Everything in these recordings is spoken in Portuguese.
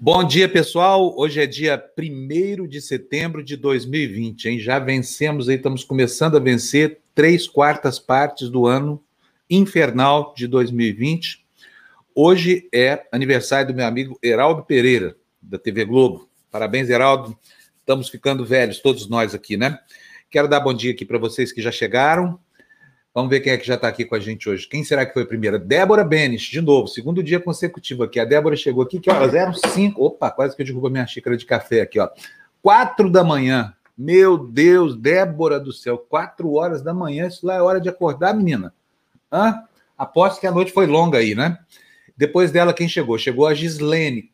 Bom dia, pessoal. Hoje é dia 1º de setembro de 2020, hein? Já vencemos aí, estamos começando a vencer 3/4 partes do ano infernal de 2020. Hoje é aniversário do meu amigo Heraldo Pereira, da TV Globo. Parabéns, Heraldo. Estamos ficando velhos, todos nós aqui, né? Quero dar bom dia aqui para vocês que já chegaram. Vamos ver quem é que já está aqui com a gente hoje. Quem será que foi a primeira? Débora Benes, de novo, segundo dia consecutivo aqui. A Débora chegou aqui, que horas eram? 5. Opa, quase que eu derrubo a minha xícara de café aqui, ó. 4 da manhã. Meu Deus, Débora do céu, 4 horas da manhã, isso lá é hora de acordar, menina. Aposto que a noite foi longa aí, né? Depois dela, quem chegou? Chegou a Gislene,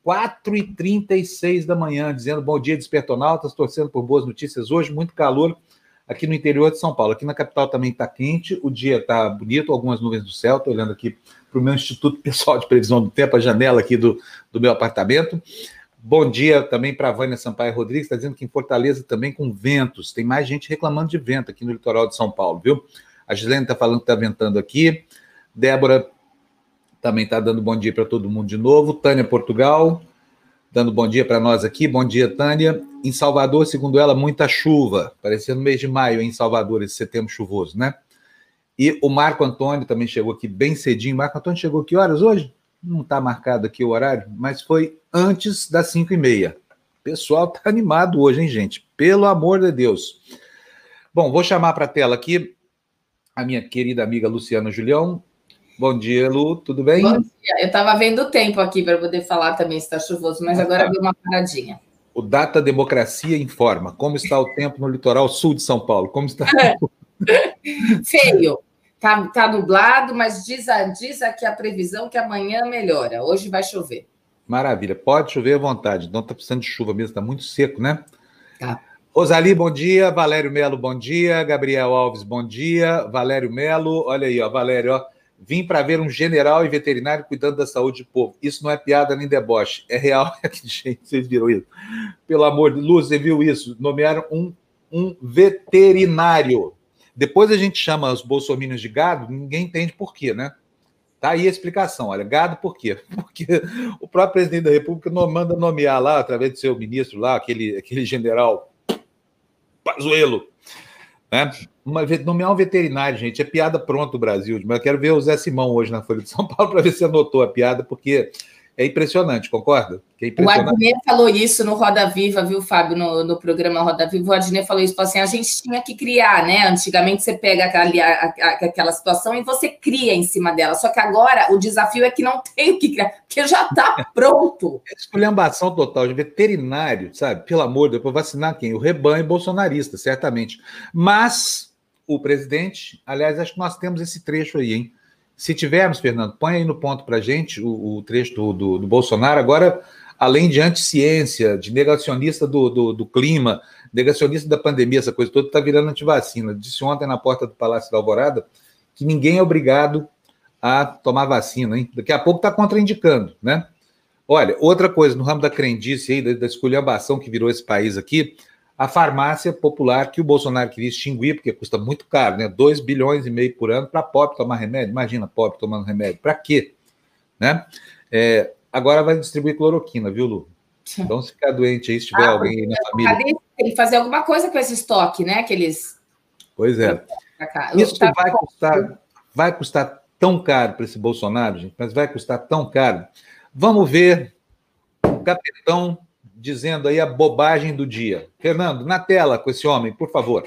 4h36 da manhã, dizendo bom dia, Despertonautas, torcendo por boas notícias hoje, muito calor aqui no interior de São Paulo. Aqui na capital também está quente, o dia está bonito, algumas nuvens do céu, estou olhando aqui para o meu Instituto Pessoal de Previsão do Tempo, a janela aqui do meu apartamento. Bom dia também para a Vânia Sampaio Rodrigues, está dizendo que em Fortaleza também com ventos, tem mais gente reclamando de vento aqui no litoral de São Paulo, viu? A Gislene está falando que está ventando aqui, Débora também está dando bom dia para todo mundo de novo, Tânia Portugal dando bom dia para nós aqui. Bom dia, Tânia. Em Salvador, segundo ela, muita chuva. Parecia no mês de maio em Salvador, esse setembro chuvoso, né? E o Marco Antônio também chegou aqui bem cedinho. Marco Antônio chegou que horas hoje? Não está marcado aqui o horário, mas foi antes das 5h30. O pessoal está animado hoje, hein, gente? Pelo amor de Deus. Bom, vou chamar para a tela aqui a minha querida amiga Luciana Julião. Bom dia, Lu, tudo bem? Bom dia, eu estava vendo o tempo aqui para poder falar também se está chuvoso, mas agora deu uma paradinha. O Data Democracia informa como está o tempo no litoral sul de São Paulo. Como está? Feio, tá nublado, mas diz aqui a previsão que amanhã melhora, hoje vai chover. Maravilha, pode chover à vontade, não está precisando de chuva mesmo, está muito seco, né? Tá. Rosali, bom dia. Valério Melo, bom dia. Gabriel Alves, bom dia. Valério Melo, olha aí, ó, Valério, ó. Vim para ver um general e veterinário cuidando da saúde do povo. Isso não é piada nem deboche, é real. Gente, vocês viram isso? Pelo amor de Deus, você viu isso? Nomearam um veterinário. Depois a gente chama os bolsominions de gado, ninguém entende por quê, né? Tá aí a explicação. Olha, gado por quê? Porque o próprio presidente da República manda nomear lá, através do seu ministro lá, aquele general Pazuello, né? Nomear um veterinário, gente, é piada pronta o Brasil. Mas eu quero ver o Zé Simão hoje na Folha de São Paulo para ver se anotou a piada, porque é impressionante, concorda? É impressionante. O Adnet falou isso no Roda Viva, viu, Fábio, no programa Roda Viva, o Adnet falou isso, falou assim, a gente tinha que criar, né? Antigamente você pega aquela situação e você cria em cima dela, só que agora o desafio é que não tem o que criar, porque já está pronto. É esculhambação total de veterinário, sabe? Pelo amor de Deus, para vacinar quem? O rebanho bolsonarista, certamente. Mas o presidente, aliás, acho que nós temos esse trecho aí, hein? Se tivermos, Fernando, põe aí no ponto para a gente o trecho do Bolsonaro. Agora, além de anti-ciência, de negacionista do clima, negacionista da pandemia, essa coisa toda, está virando antivacina. Disse ontem na porta do Palácio da Alvorada que ninguém é obrigado a tomar vacina, hein? Daqui a pouco está contraindicando, né? Olha, outra coisa, no ramo da crendice aí, da esculhambação que virou esse país aqui, a farmácia popular que o Bolsonaro queria extinguir, porque custa muito caro, né? 2,5 bilhões por ano para pobre tomar remédio. Imagina, pobre tomando remédio. Para quê? Né? Agora vai distribuir cloroquina, viu, Lu? Então, se ficar doente aí, se tiver alguém aí na família... Tem que fazer alguma coisa com esse estoque, né? Pois é. Isso vai custar tão caro para esse Bolsonaro, gente, mas vai custar tão caro. Vamos ver o capitão dizendo aí a bobagem do dia. Fernando, na tela com esse homem, por favor.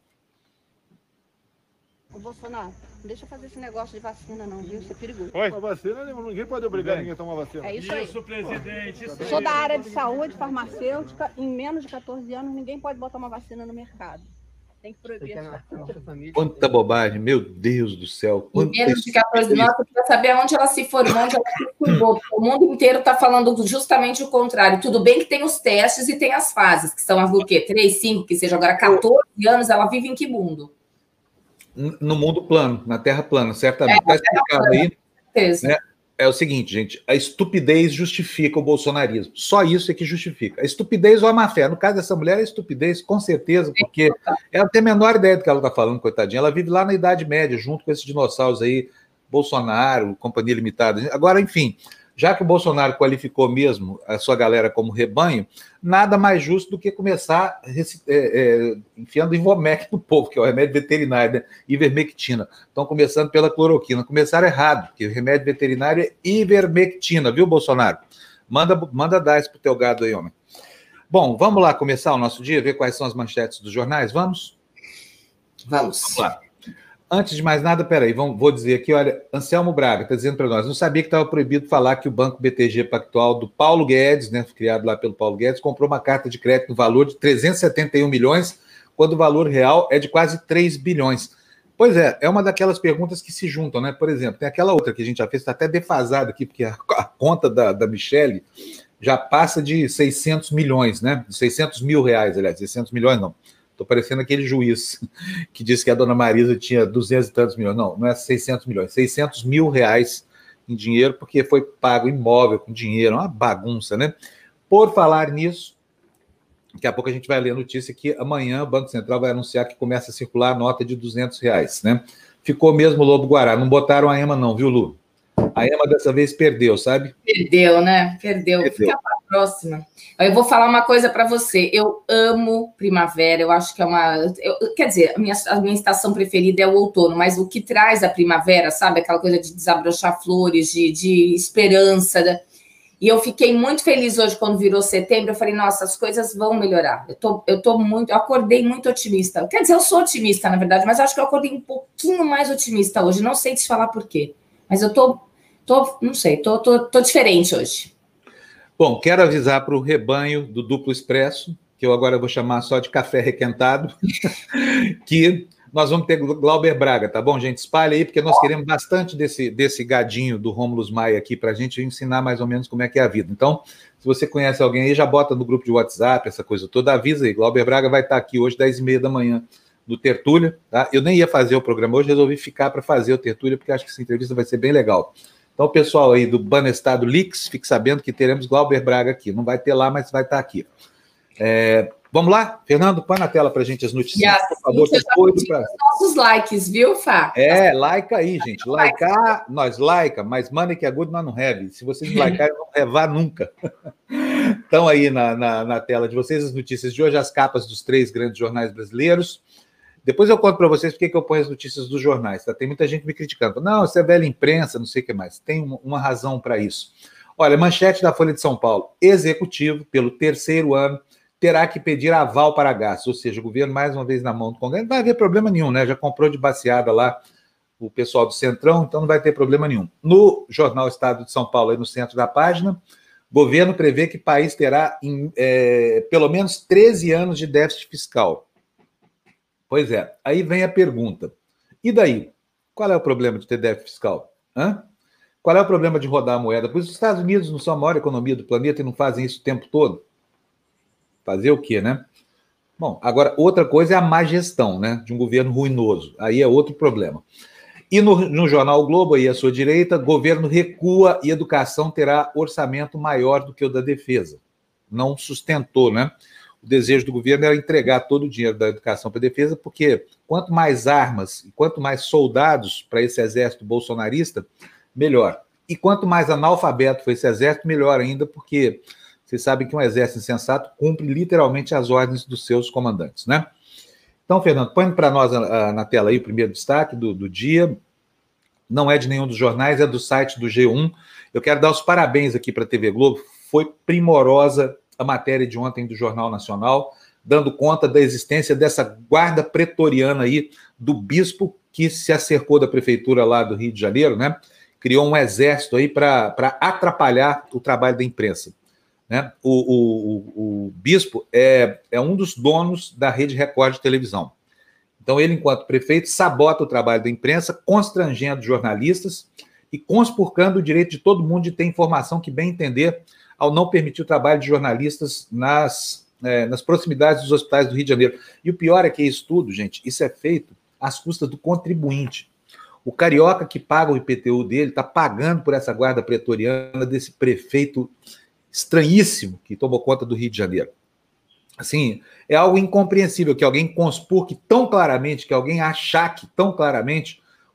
Ô, Bolsonaro, não deixa eu fazer esse negócio de vacina não, viu? Isso é perigoso. Oi? A vacina, ninguém pode obrigar ninguém a tomar vacina. É isso aí. Isso, presidente. Isso sou da área de saúde, farmacêutica, em menos de 14 anos ninguém pode botar uma vacina no mercado. Tem que proibir essa família. Quanta bobagem, meu Deus do céu. Em menos de 14 anos, eu queria saber onde ela se formou, onde ela se formou. O mundo inteiro está falando justamente o contrário. Tudo bem que tem os testes e tem as fases, que são o quê? 3, 5, que seja agora 14 anos, ela vive em que mundo? No mundo plano, na Terra plana, certamente. Está explicado aí. Né? É o seguinte, gente, a estupidez justifica o bolsonarismo. Só isso é que justifica. A estupidez ou a má fé. No caso dessa mulher, é estupidez, com certeza, porque ela tem a menor ideia do que ela está falando, coitadinha. Ela vive lá na Idade Média, junto com esses dinossauros aí, Bolsonaro, Companhia Limitada. Agora, enfim, já que o Bolsonaro qualificou mesmo a sua galera como rebanho, nada mais justo do que começar enfiando Ivomec no povo, que é o remédio veterinário, né? Ivermectina. Estão começando pela cloroquina. Começaram errado, porque o remédio veterinário é ivermectina, viu, Bolsonaro? Manda dar isso pro teu gado aí, homem. Bom, vamos lá começar o nosso dia, ver quais são as manchetes dos jornais, vamos? Vamos lá. Antes de mais nada, peraí, vou dizer aqui, olha, Anselmo Braga está dizendo para nós, não sabia que estava proibido falar que o Banco BTG Pactual do Paulo Guedes, né, criado lá pelo Paulo Guedes, comprou uma carta de crédito no valor de 371 milhões, quando o valor real é de quase 3 bilhões. Pois é uma daquelas perguntas que se juntam, né? Por exemplo, tem aquela outra que a gente já fez, está até defasada aqui, porque a conta da Michele já passa de 600 milhões, né? De 600 mil reais, aliás, 600 milhões não. Estou parecendo aquele juiz que disse que a dona Marisa tinha 200 e tantos milhões. Não é 600 milhões, 600 mil reais em dinheiro, porque foi pago imóvel com dinheiro, uma bagunça, né? Por falar nisso, daqui a pouco a gente vai ler a notícia que amanhã o Banco Central vai anunciar que começa a circular a nota de 200 reais, né? Ficou mesmo o Lobo-Guará, não botaram a EMA não, viu, Lu? A EMA dessa vez perdeu, sabe? Perdeu, né? Perdeu. Fica para a próxima. Eu vou falar uma coisa para você. Eu amo primavera. Eu acho que é uma... quer dizer, a minha estação preferida é o outono, mas o que traz a primavera, sabe? Aquela coisa de desabrochar flores, de esperança. Né? E eu fiquei muito feliz hoje quando virou setembro. Eu falei, nossa, as coisas vão melhorar. Eu acordei muito otimista. Quer dizer, eu sou otimista, na verdade, mas acho que eu acordei um pouquinho mais otimista hoje. Não sei te falar por quê. Mas eu não sei, tô diferente hoje. Bom, quero avisar para o rebanho do Duplo Expresso, que eu agora vou chamar só de café requentado, que nós vamos ter Glauber Braga, tá bom, gente? Espalha aí, porque nós queremos bastante desse gadinho do Rômulus Maia aqui para a gente ensinar mais ou menos como é que é a vida. Então, se você conhece alguém aí, já bota no grupo de WhatsApp, essa coisa toda, avisa aí. Glauber Braga vai estar aqui hoje, 10h30 da manhã, no Tertúlia, tá? Eu nem ia fazer o programa hoje, resolvi ficar para fazer o Tertúlia, porque acho que essa entrevista vai ser bem legal. Então, o pessoal aí do Banestado Leaks, fique sabendo que teremos Glauber Braga aqui. Não vai ter lá, mas vai estar aqui. Vamos lá? Fernando, põe na tela para a gente as notícias, por favor. Os nossos likes, viu, Fá? Like aí, gente. Likear, nós like, mas money que é good, nós não have. Se vocês não likarem, não revar nunca. Estão aí na tela de vocês as notícias de hoje, as capas dos 3 grandes jornais brasileiros. Depois eu conto para vocês porque eu ponho as notícias dos jornais. Tá? Tem muita gente me criticando. Não, isso é velha imprensa, não sei o que mais. Tem uma razão para isso. Olha, manchete da Folha de São Paulo. Executivo, pelo 3º ano, terá que pedir aval para gastos. Ou seja, o governo, mais uma vez, na mão do Congresso. Não vai haver problema nenhum, né? Já comprou de baseada lá o pessoal do Centrão, então não vai ter problema nenhum. No jornal Estado de São Paulo, aí no centro da página, governo prevê que o país terá pelo menos 13 anos de déficit fiscal. Pois é, aí vem a pergunta. E daí? Qual é o problema de ter déficit fiscal? Qual é o problema de rodar a moeda? Pois os Estados Unidos não são a maior economia do planeta e não fazem isso o tempo todo. Fazer o quê, né? Bom, agora, outra coisa é a má gestão, né? De um governo ruinoso. Aí é outro problema. E no jornal o Globo, aí à sua direita, governo recua e educação terá orçamento maior do que o da defesa. Não sustentou, né? O desejo do governo era entregar todo o dinheiro da educação para a defesa, porque quanto mais armas e quanto mais soldados para esse exército bolsonarista, melhor. E quanto mais analfabeto for esse exército, melhor ainda, porque vocês sabem que um exército insensato cumpre literalmente as ordens dos seus comandantes, né? Então, Fernando, põe para nós na tela aí o primeiro destaque do dia. Não é de nenhum dos jornais, é do site do G1. Eu quero dar os parabéns aqui para a TV Globo. Foi primorosa a matéria de ontem do Jornal Nacional, dando conta da existência dessa guarda pretoriana aí do bispo que se acercou da prefeitura lá do Rio de Janeiro, né? Criou um exército aí para atrapalhar o trabalho da imprensa. Né? O bispo é um dos donos da Rede Record de televisão. Então, ele, enquanto prefeito, sabota o trabalho da imprensa, constrangendo jornalistas e conspurcando o direito de todo mundo de ter informação que bem entender, ao não permitir o trabalho de jornalistas nas proximidades dos hospitais do Rio de Janeiro. E o pior é que isso tudo, gente, isso é feito às custas do contribuinte. O carioca que paga o IPTU dele está pagando por essa guarda pretoriana desse prefeito estranhíssimo que tomou conta do Rio de Janeiro. Assim, é algo incompreensível que alguém conspurque tão claramente, que alguém achaque tão claramente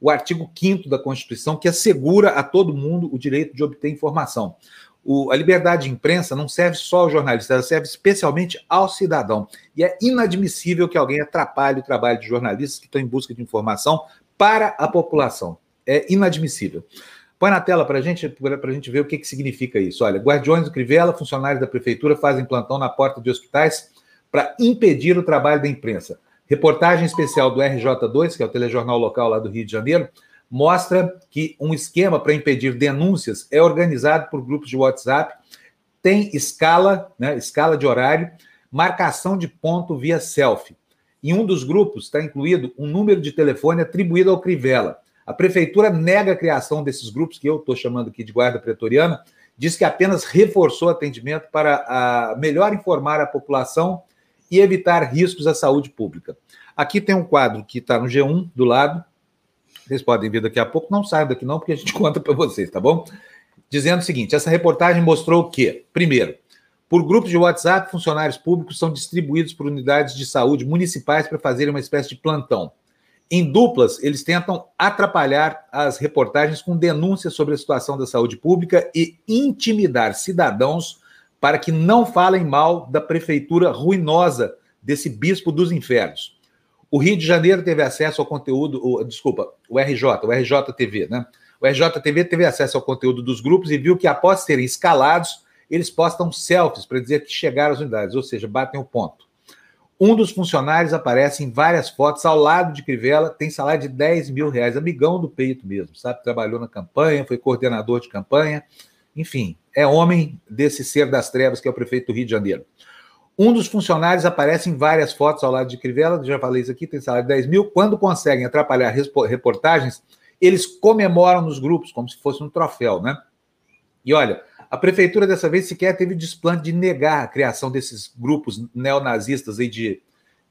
o artigo 5º da Constituição, que assegura a todo mundo o direito de obter informação. A liberdade de imprensa não serve só ao jornalista, ela serve especialmente ao cidadão. E é inadmissível que alguém atrapalhe o trabalho de jornalistas que estão em busca de informação para a população. É inadmissível. Põe na tela para a gente ver o que significa isso. Olha, guardiões do Crivella, funcionários da prefeitura fazem plantão na porta de hospitais para impedir o trabalho da imprensa. Reportagem especial do RJ2, que é o telejornal local lá do Rio de Janeiro, mostra que um esquema para impedir denúncias é organizado por grupos de WhatsApp, tem escala, né, escala de horário, marcação de ponto via selfie. Em um dos grupos está incluído um número de telefone atribuído ao Crivella. A prefeitura nega a criação desses grupos, que eu estou chamando aqui de guarda pretoriana, diz que apenas reforçou o atendimento para melhor informar a população e evitar riscos à saúde pública. Aqui tem um quadro que está no G1, do lado, vocês podem ver daqui a pouco, não saiam daqui não, porque a gente conta para vocês, tá bom? Dizendo o seguinte, essa reportagem mostrou o quê? Primeiro, por grupos de WhatsApp, funcionários públicos são distribuídos por unidades de saúde municipais para fazerem uma espécie de plantão. Em duplas, eles tentam atrapalhar as reportagens com denúncias sobre a situação da saúde pública e intimidar cidadãos para que não falem mal da prefeitura ruinosa desse bispo dos infernos. O Rio de Janeiro teve acesso ao conteúdo, o RJTV, né? O RJTV teve acesso ao conteúdo dos grupos e viu que, após serem escalados, eles postam selfies para dizer que chegaram às unidades, ou seja, batem o ponto. Um dos funcionários aparece em várias fotos ao lado de Crivella, tem salário de R$10 mil, amigão do peito mesmo, sabe? Trabalhou na campanha, foi coordenador de campanha, enfim, é homem desse ser das trevas que é o prefeito do Rio de Janeiro. Um dos funcionários aparece em várias fotos ao lado de Crivella, já falei isso aqui, tem salário de 10 mil. Quando conseguem atrapalhar reportagens, eles comemoram nos grupos, como se fosse um troféu, né? E olha, a prefeitura dessa vez sequer teve o desplante de negar a criação desses grupos neonazistas aí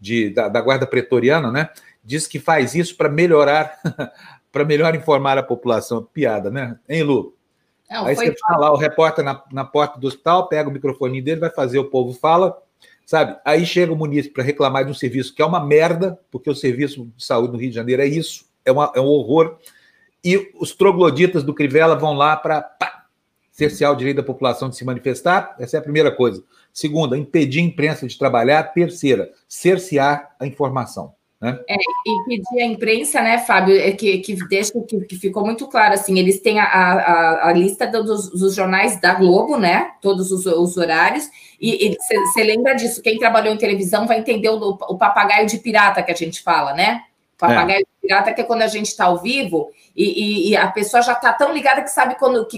da Guarda Pretoriana, né? Diz que faz isso para melhorar, para melhor informar a população. Piada, né? Hein, Lu? Não, aí você está lá, o repórter na porta do hospital, pega o microfone dele, vai fazer o povo fala, sabe? Aí chega o munícipe para reclamar de um serviço que é uma merda, porque o serviço de saúde no Rio de Janeiro é isso, é um horror, e os trogloditas do Crivella vão lá para cercear o direito da população de se manifestar. Essa é a primeira coisa. Segunda, impedir a imprensa de trabalhar. Terceira, cercear a informação. Né? E pedir à imprensa, né, Fábio, que deixa que ficou muito claro, assim, eles têm a lista dos jornais da Globo, né, todos os horários, e você lembra disso, quem trabalhou em televisão vai entender o papagaio de pirata que a gente fala, né? O papagaio de pirata, que é quando a gente está ao vivo e a pessoa já está tão ligada que sabe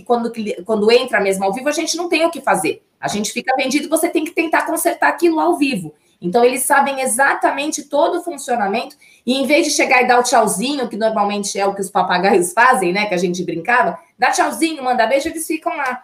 quando entra mesmo ao vivo, a gente não tem o que fazer. A gente fica vendido e você tem que tentar consertar aquilo ao vivo. Então, eles sabem exatamente todo o funcionamento e, em vez de chegar e dar o tchauzinho, que normalmente é o que os papagaios fazem, né, que a gente brincava, dá tchauzinho, manda beijo, eles ficam lá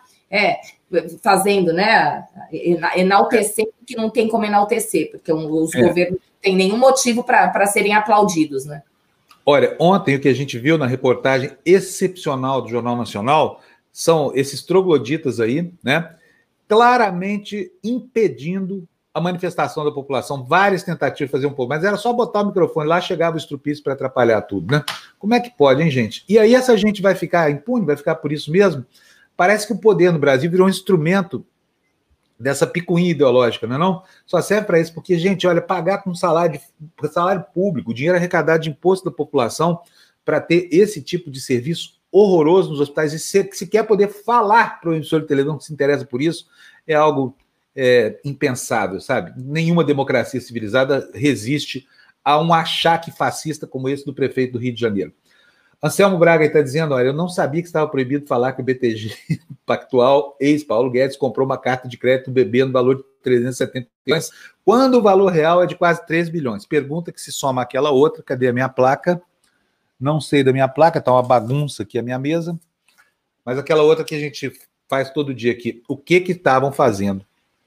fazendo, né, enaltecendo que não tem como enaltecer, porque os governos não têm nenhum motivo para serem aplaudidos, né? Olha, ontem o que a gente viu na reportagem excepcional do Jornal Nacional são esses trogloditas aí, né, claramente impedindo a manifestação da população, várias tentativas de fazer um pouco, mas era só botar o microfone lá, chegava o estrupício para atrapalhar tudo, né? Como é que pode, hein, gente? E aí essa gente vai ficar impune, vai ficar por isso mesmo? Parece que o poder no Brasil virou um instrumento dessa picuinha ideológica, não é não? Só serve para isso, porque, gente, olha, pagar com salário público, o dinheiro arrecadado de imposto da população para ter esse tipo de serviço horroroso nos hospitais e sequer poder falar para o emissor de televisão que se interessa por isso, é algo impensável, sabe? Nenhuma democracia civilizada resiste a um achaque fascista como esse do prefeito do Rio de Janeiro. Anselmo Braga está dizendo, olha, eu não sabia que estava proibido falar que o BTG Pactual, ex-Paulo Guedes, comprou uma carta de crédito BB no valor de 370 milhões, quando o valor real é de quase 3 bilhões. Pergunta que se soma aquela outra, cadê a minha placa? Não sei da minha placa, está uma bagunça aqui a minha mesa, mas aquela outra que a gente faz todo dia aqui. O que estavam fazendo?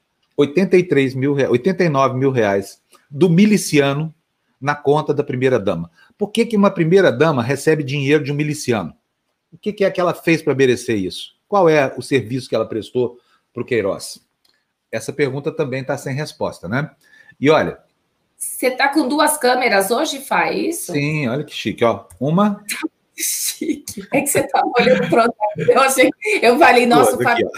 89 mil reais do miliciano na conta da primeira-dama. Por que uma primeira-dama recebe dinheiro de um miliciano? O que é que ela fez para merecer isso? Qual é o serviço que ela prestou para o Queiroz? Essa pergunta também está sem resposta, né? E olha... Você está com 2 câmeras hoje, Fá, é isso? Sim, olha que chique, ó. Uma chique. É que você estava olhando para eu falei, nossa, o Fábio,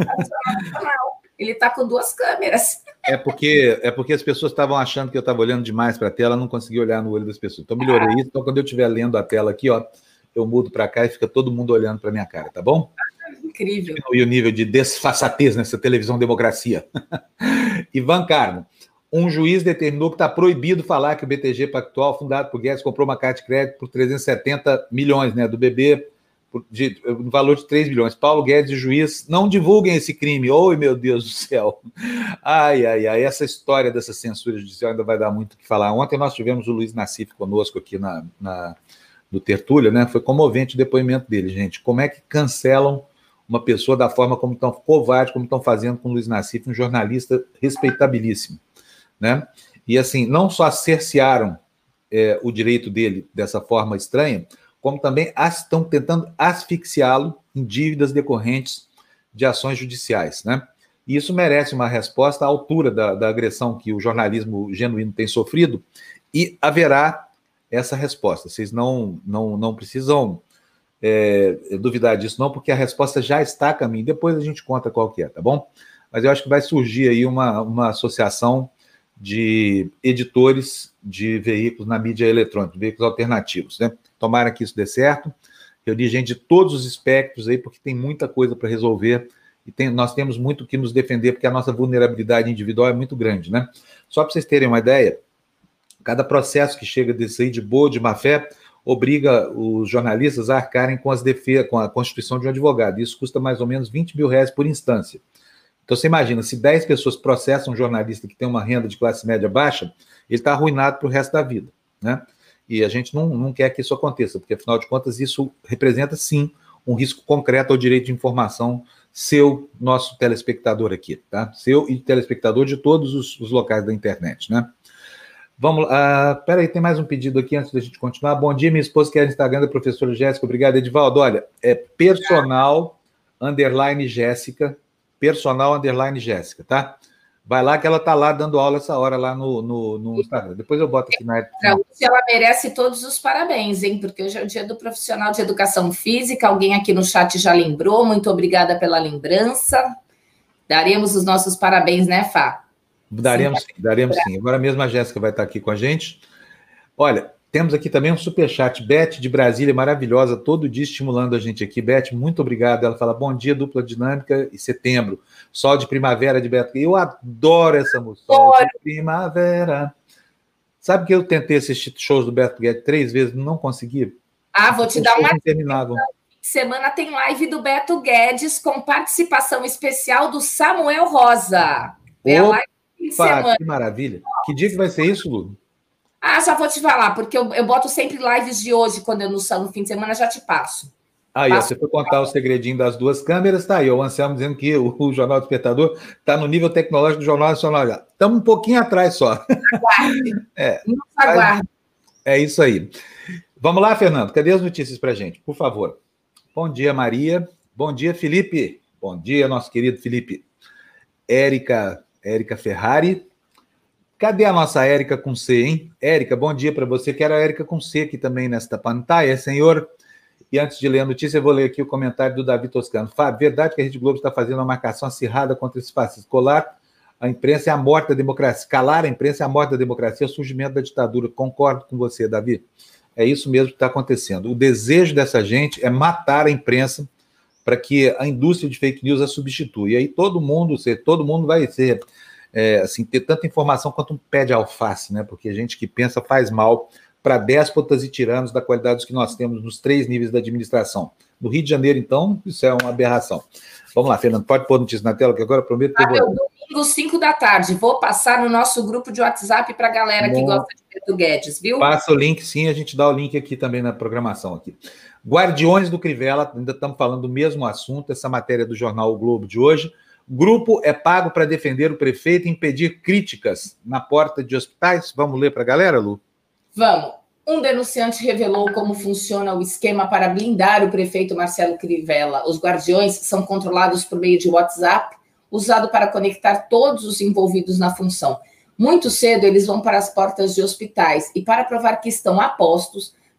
ele está com 2 câmeras. É porque as pessoas estavam achando que eu estava olhando demais para a tela, não consegui olhar no olho das pessoas. Então, melhorei isso. Então, quando eu estiver lendo a tela aqui, ó, eu mudo para cá e fica todo mundo olhando para minha cara, tá bom? Incrível. E o nível de desfaçatez nessa televisão democracia. Ivan Carmo. Um juiz determinou que está proibido falar que o BTG Pactual, fundado por Guedes, comprou uma carta de crédito por 370 milhões, né, do BB, no valor de 3 bilhões. Paulo Guedes e o juiz não divulguem esse crime. Oi, meu Deus do céu. Ai, essa história dessa censura judicial ainda vai dar muito o que falar. Ontem nós tivemos o Luiz Nassif conosco aqui no Tertúlia, né? Foi comovente o depoimento dele, gente. Como é que cancelam uma pessoa da forma como estão covarde, como estão fazendo com o Luiz Nassif, um jornalista respeitabilíssimo, né? E assim, não só cercearam o direito dele dessa forma estranha, como também estão tentando asfixiá-lo em dívidas decorrentes de ações judiciais, né? E isso merece uma resposta à altura da agressão que o jornalismo genuíno tem sofrido, e haverá essa resposta. Vocês não precisam duvidar disso, não, porque a resposta já está a caminho. Depois a gente conta qual que é, tá bom? Mas eu acho que vai surgir aí uma associação de editores de veículos na mídia eletrônica, veículos alternativos, né? Tomara que isso dê certo. Eu li gente de todos os espectros aí, porque tem muita coisa para resolver e nós temos muito que nos defender, porque a nossa vulnerabilidade individual é muito grande, né? Só para vocês terem uma ideia, cada processo que chega desse aí de boa, de má fé, obriga os jornalistas a arcarem com a constituição de um advogado. Isso custa mais ou menos R$20 mil por instância. Então, você imagina, se 10 pessoas processam um jornalista que tem uma renda de classe média baixa, ele está arruinado para o resto da vida, né? E a gente não quer que isso aconteça, porque, afinal de contas, isso representa, sim, um risco concreto ao direito de informação seu, nosso telespectador aqui, tá? Seu e telespectador de todos os locais da internet, né? Vamos lá. Peraí, tem mais um pedido aqui antes da gente continuar. Bom dia, minha esposa quer Instagram da professora Jéssica. Obrigado, Edivaldo. Olha, personal_Jéssica, personal_Jéssica, tá? Vai lá que ela tá lá dando aula essa hora lá no Instagram. Depois eu boto aqui na... Ela merece todos os parabéns, hein? Porque hoje é o dia do profissional de educação física. Alguém aqui no chat já lembrou. Muito obrigada pela lembrança. Daremos os nossos parabéns, né, Fá? Daremos sim. Agora mesmo a Jéssica vai estar aqui com a gente. Olha, temos aqui também um superchat. Beth de Brasília, maravilhosa, todo dia estimulando a gente aqui. Beth, muito obrigado. Ela fala, bom dia, dupla dinâmica e setembro. Sol de primavera de Beto. Eu adoro essa música. Sol de primavera. Sabe que eu tentei assistir shows do Beto Guedes 3 vezes, não consegui? Vou te dar uma... Terminavam. Semana tem live do Beto Guedes com participação especial do Samuel Rosa. Live de semana. Que maravilha. Que dia que vai ser isso, Lu? Já vou te falar, porque eu boto sempre lives de hoje, quando eu no fim de semana, já te passo. Aí, você foi contar o segredinho das 2 câmeras, tá aí, o Anselmo dizendo que o Jornal Despertador está no nível tecnológico do Jornal Nacional. Estamos um pouquinho atrás só. Aguarde. É isso aí. Vamos lá, Fernando, cadê as notícias para a gente, por favor? Bom dia, Maria. Bom dia, Felipe. Bom dia, nosso querido Felipe. Érica Ferrari. Cadê a nossa Érica com C, hein? Érica, bom dia para você. Quero a Érica com C aqui também nesta pantalla, senhor. E antes de ler a notícia, eu vou ler aqui o comentário do Davi Toscano. Fábio, verdade que a Rede Globo está fazendo uma marcação acirrada contra esse fascismo. Colar a imprensa é a morte da democracia. Calar a imprensa é a morte da democracia, é o surgimento da ditadura. Concordo com você, Davi. É isso mesmo que está acontecendo. O desejo dessa gente é matar a imprensa para que a indústria de fake news a substitua. E aí todo mundo vai ser... ter tanta informação quanto um pé de alface, né? Porque a gente que pensa faz mal para déspotas e tiranos da qualidade dos que nós temos nos 3 níveis da administração. No Rio de Janeiro, então, isso é uma aberração. Vamos lá, Fernando, pode pôr notícia na tela, que agora eu prometo que eu vou... Domingo, 5 da tarde, vou passar no nosso grupo de WhatsApp para a galera que gosta de Beto Guedes, viu? Passa o link, sim, a gente dá o link aqui também na programação. Aqui. Guardiões do Crivella, ainda estamos falando do mesmo assunto, essa matéria do jornal O Globo de hoje. Grupo é pago para defender o prefeito e impedir críticas na porta de hospitais. Vamos ler para a galera, Lu? Vamos. Um denunciante revelou como funciona o esquema para blindar o prefeito Marcelo Crivella. Os guardiões são controlados por meio de WhatsApp, usado para conectar todos os envolvidos na função. Muito cedo, eles vão para as portas de hospitais e, para provar que estão a postos,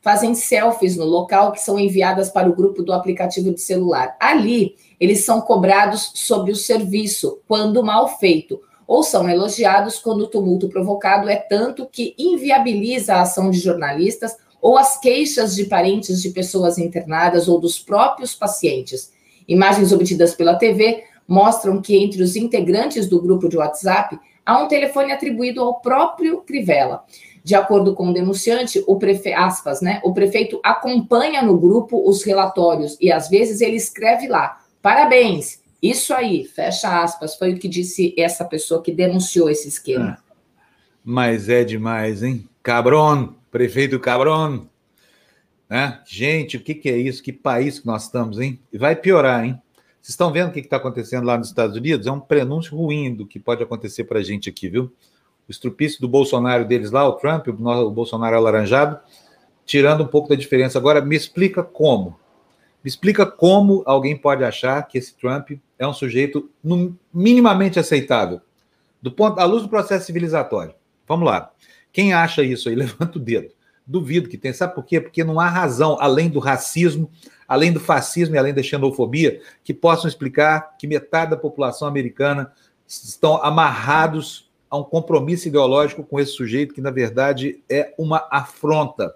fazem selfies no local que são enviadas para o grupo do aplicativo de celular. Ali, eles são cobrados sobre o serviço, quando mal feito, ou são elogiados quando o tumulto provocado é tanto que inviabiliza a ação de jornalistas ou as queixas de parentes de pessoas internadas ou dos próprios pacientes. Imagens obtidas pela TV mostram que entre os integrantes do grupo de WhatsApp há um telefone atribuído ao próprio Crivella. De acordo com o denunciante, o prefeito acompanha no grupo os relatórios e, às vezes, ele escreve lá, parabéns, isso aí, fecha aspas, foi o que disse essa pessoa que denunciou esse esquema. Mas é demais, hein? Cabrón, prefeito Cabrón. Né? Gente, o que é isso? Que país que nós estamos, hein? E vai piorar, hein? Vocês estão vendo o que está acontecendo lá nos Estados Unidos? É um prenúncio ruim do que pode acontecer para a gente aqui, viu? O estrupício do Bolsonaro deles lá, o Trump, o Bolsonaro alaranjado, tirando um pouco da diferença. Agora, me explica como. Me explica como alguém pode achar que esse Trump é um sujeito minimamente aceitável, à luz do processo civilizatório. Vamos lá. Quem acha isso aí, levanta o dedo. Duvido que tenha. Sabe por quê? Porque não há razão, além do racismo, além do fascismo e além da xenofobia, que possam explicar que metade da população americana estão amarrados a um compromisso ideológico com esse sujeito que, na verdade, é uma afronta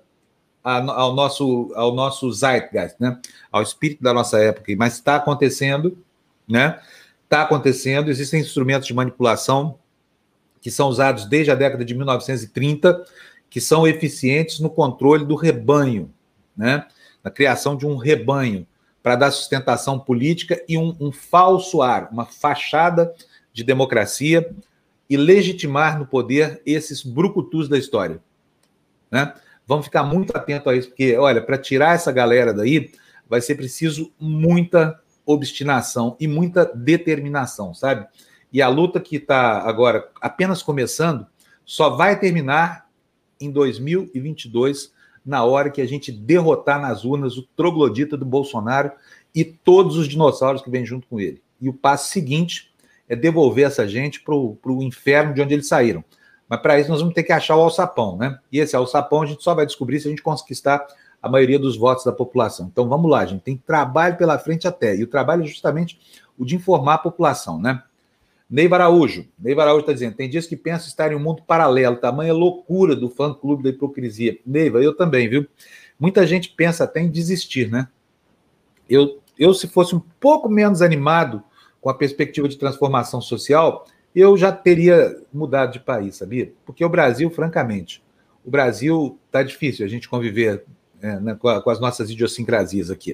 ao nosso zeitgeist, né? Ao espírito da nossa época. Mas está acontecendo, né? Está acontecendo, existem instrumentos de manipulação que são usados desde a década de 1930, que são eficientes no controle do rebanho, né? Na criação de um rebanho, para dar sustentação política e um falso ar, uma fachada de democracia, e legitimar no poder esses brucutus da história, né? Vamos ficar muito atentos a isso, porque, olha, para tirar essa galera daí, vai ser preciso muita obstinação e muita determinação, sabe? E a luta que está agora apenas começando só vai terminar em 2022, na hora que a gente derrotar nas urnas o troglodita do Bolsonaro e todos os dinossauros que vêm junto com ele. E o passo seguinte é devolver essa gente para o inferno de onde eles saíram. Mas para isso nós vamos ter que achar o alçapão, né? E esse alçapão a gente só vai descobrir se a gente conquistar a maioria dos votos da população. Então vamos lá, gente, tem trabalho pela frente até. E o trabalho é justamente o de informar a população, né? Neiva Araújo está dizendo, tem dias que penso estar em um mundo paralelo, tamanha loucura do fã-clube da hipocrisia. Neiva, eu também, viu? Muita gente pensa até em desistir, né? Eu se fosse um pouco menos animado com a perspectiva de transformação social, eu já teria mudado de país, sabia? Porque o Brasil, francamente, o Brasil está difícil a gente conviver com as nossas idiosincrasias aqui.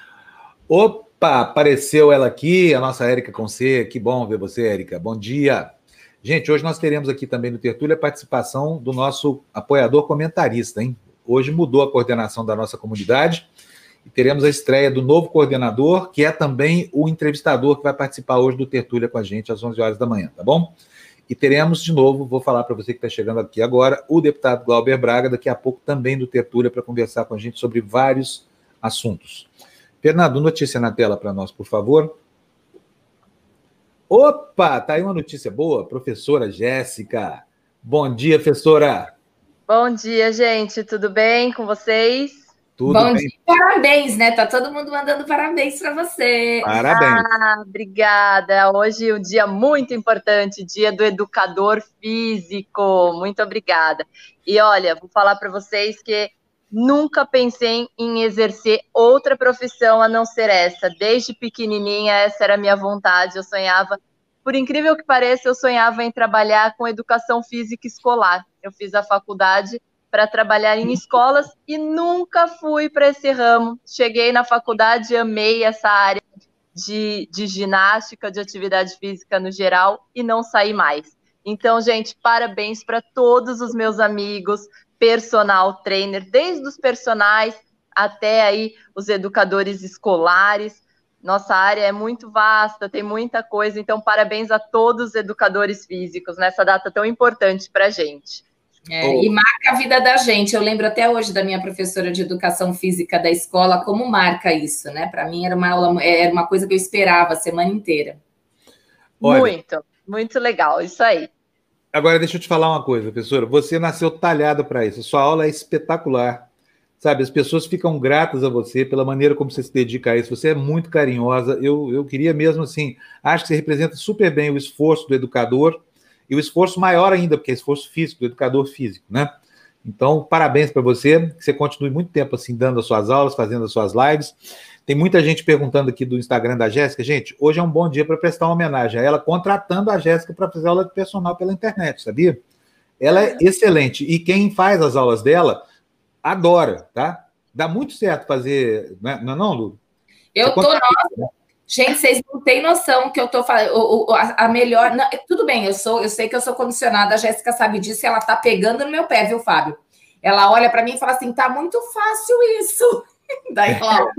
Opa, apareceu ela aqui, a nossa Érica com C, que bom ver você, Érica, bom dia. Gente, hoje nós teremos aqui também no Tertúlia a participação do nosso apoiador comentarista, hein? Hoje mudou a coordenação da nossa comunidade, e teremos a estreia do novo coordenador, que é também o entrevistador que vai participar hoje do Tertúlia com a gente às 11 horas da manhã, tá bom? E teremos de novo, vou falar para você que está chegando aqui agora, o deputado Glauber Braga, daqui a pouco também do Tertúlia, para conversar com a gente sobre vários assuntos. Fernando, notícia na tela para nós, por favor. Opa, tá aí uma notícia boa, professora Jéssica. Bom dia, professora. Bom dia, gente, tudo bem com vocês? Tudo Bom bem? dia, parabéns, né? Tá todo mundo mandando parabéns para você. Parabéns. Obrigada. Hoje é um dia muito importante, dia do educador físico. Muito obrigada. E olha, vou falar para vocês que nunca pensei em exercer outra profissão a não ser essa. Desde pequenininha, essa era a minha vontade. Eu sonhava, por incrível que pareça, eu sonhava em trabalhar com educação física escolar. Eu fiz a faculdade para trabalhar em escolas e nunca fui para esse ramo. Cheguei na faculdade, amei essa área de ginástica, de atividade física no geral e não saí mais. Então, gente, parabéns para todos os meus amigos, personal trainer, desde os personagens até aí os educadores escolares. Nossa área é muito vasta, tem muita coisa, então parabéns a todos os educadores físicos nessa data tão importante para a gente. E marca a vida da gente. Eu lembro até hoje da minha professora de educação física da escola, como marca isso, né? Para mim era uma coisa que eu esperava a semana inteira. Olha, muito legal, isso aí. Agora, deixa eu te falar uma coisa, professora. Você nasceu talhada para isso. Sua aula é espetacular. sabe, as pessoas ficam gratas a você pela maneira como você se dedica a isso. Você é muito carinhosa. Eu queria mesmo, assim, acho que você representa super bem o esforço do educador e o esforço maior ainda, porque é esforço físico, do educador físico, né? Então, parabéns para você, que você continue muito tempo assim, dando as suas aulas, fazendo as suas lives. Tem muita gente perguntando aqui do Instagram da Jéssica. Gente, hoje é um bom dia para prestar uma homenagem a ela, contratando a Jéssica para fazer aula de personal pela internet, sabia? Ela é excelente. E quem faz as aulas dela, adora, tá? Dá muito certo fazer, não é não, Lu? Eu tô, nossa. Gente, vocês não têm noção que eu tô falando. A melhor. Não, tudo bem, eu sei que eu sou condicionada, a Jéssica sabe disso, e ela tá pegando no meu pé, viu, Fábio? Ela olha para mim e fala assim: tá muito fácil isso. Daí, Cláudia.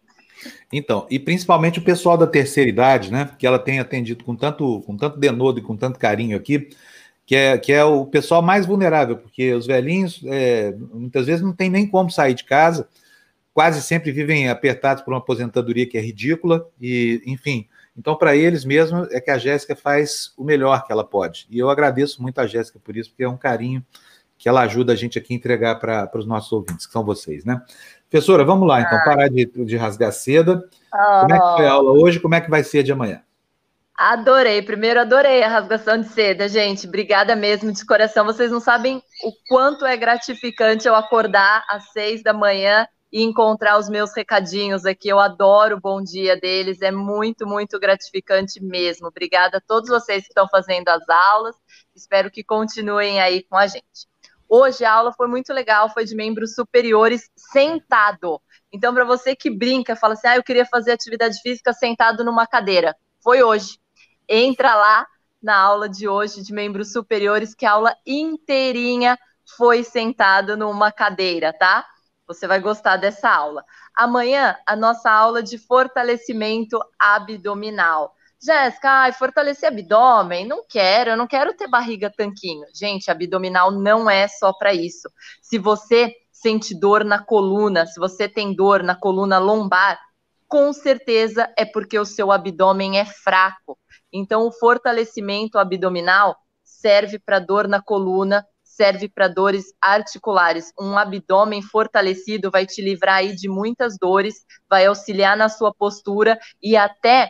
Então, e principalmente o pessoal da terceira idade, né? Que ela tem atendido com tanto denodo e com tanto carinho aqui, que é o pessoal mais vulnerável, porque os velhinhos muitas vezes não tem nem como sair de casa, quase sempre vivem apertados por uma aposentadoria que é ridícula, e, enfim, então para eles mesmo é que a Jéssica faz o melhor que ela pode. E eu agradeço muito a Jéssica por isso, porque é um carinho que ela ajuda a gente aqui a entregar para os nossos ouvintes, que são vocês, né? Professora, vamos lá, então, parar de rasgar seda. Como é que foi a aula hoje? Como é que vai ser de amanhã? Adorei. Primeiro, adorei a rasgação de seda, gente. Obrigada mesmo, de coração. Vocês não sabem o quanto é gratificante eu acordar às 6 da manhã e encontrar os meus recadinhos aqui. Eu adoro o bom dia deles. É muito, muito gratificante mesmo. Obrigada a todos vocês que estão fazendo as aulas. Espero que continuem aí com a gente. Hoje a aula foi muito legal, foi de membros superiores sentado. Então, para você que brinca, fala assim, eu queria fazer atividade física sentado numa cadeira. Foi hoje. Entra lá na aula de hoje de membros superiores, que a aula inteirinha foi sentado numa cadeira, tá? Você vai gostar dessa aula. Amanhã, a nossa aula de fortalecimento abdominal. Jéssica, fortalecer abdômen? Eu não quero ter barriga tanquinho. Gente, abdominal não é só para isso. Se você sente dor na coluna, se você tem dor na coluna lombar, com certeza é porque o seu abdômen é fraco. Então, o fortalecimento abdominal serve para dor na coluna, serve para dores articulares. Um abdômen fortalecido vai te livrar aí de muitas dores, vai auxiliar na sua postura e até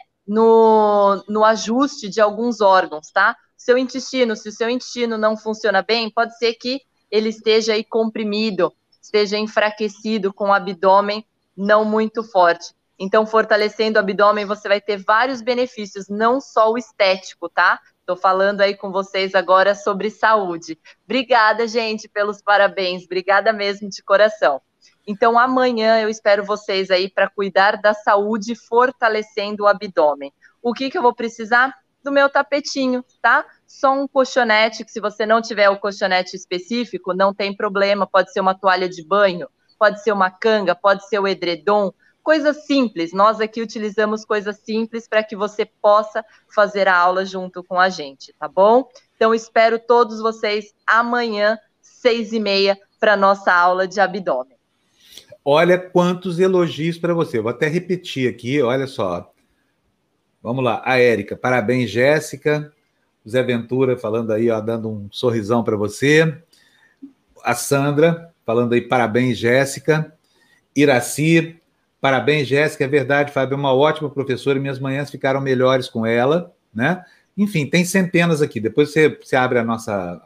no ajuste de alguns órgãos, tá? Se o seu intestino não funciona bem, pode ser que ele esteja aí comprimido, esteja enfraquecido com o abdômen não muito forte. Então, fortalecendo o abdômen, você vai ter vários benefícios, não só o estético, tá? Estou falando aí com vocês agora sobre saúde. Obrigada, gente, pelos parabéns. Obrigada mesmo, de coração. Então, amanhã eu espero vocês aí para cuidar da saúde, fortalecendo o abdômen. O que eu vou precisar? Do meu tapetinho, tá? Só um colchonete, que se você não tiver o colchonete específico, não tem problema. Pode ser uma toalha de banho, pode ser uma canga, pode ser o edredom. Coisas simples, nós aqui utilizamos coisas simples para que você possa fazer a aula junto com a gente, tá bom? Então, espero todos vocês amanhã, 6h30, para a nossa aula de abdômen. Olha quantos elogios para você. Vou até repetir aqui, olha só. Vamos lá, a Érica, parabéns, Jéssica. O Zé Ventura falando aí, ó, dando um sorrisão para você. A Sandra falando aí, parabéns, Jéssica. Iraci, parabéns, Jéssica, é verdade, Fábio é uma ótima professora e minhas manhãs ficaram melhores com ela, né? Enfim, tem centenas aqui. Depois você abre a nossa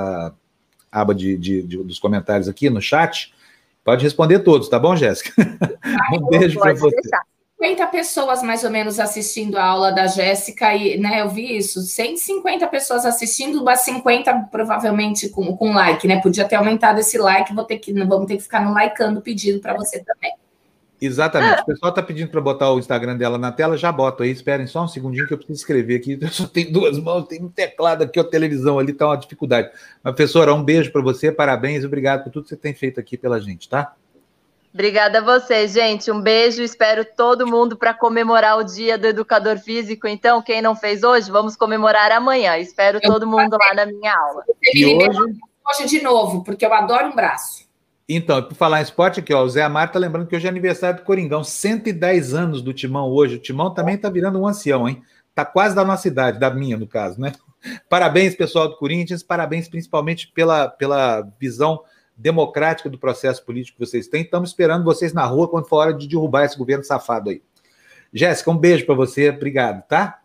aba dos comentários aqui no chat. Pode responder todos, tá bom, Jéssica? Um beijo para você. 50 pessoas, mais ou menos, assistindo a aula da Jéssica, e, né, eu vi isso, 150 pessoas assistindo, umas 50 provavelmente com like, né? Podia ter aumentado esse like, vamos ter que ficar no likeando o pedido para você também. Exatamente. O pessoal está pedindo para botar o Instagram dela na tela, já boto aí, esperem só um segundinho que eu preciso escrever aqui. Eu só tenho 2 mãos, tem um teclado aqui, a televisão ali, tá uma dificuldade. Mas, professora, um beijo para você, parabéns, obrigado por tudo que você tem feito aqui pela gente, tá? Obrigada a vocês, gente. Um beijo, espero todo mundo para comemorar o Dia do Educador Físico. Então, quem não fez hoje, vamos comemorar amanhã. Espero todo mundo lá na minha aula. E hoje de novo, porque eu adoro um braço. Então, por falar em esporte aqui, ó, o Zé Amar tá lembrando que hoje é aniversário do Coringão, 110 anos do Timão hoje. O Timão também tá virando um ancião, hein? Tá quase da nossa idade, da minha, no caso, né? Parabéns, pessoal do Corinthians, parabéns principalmente pela visão democrática do processo político que vocês têm. Estamos esperando vocês na rua quando for hora de derrubar esse governo safado aí. Jéssica, um beijo para você. Obrigado, tá?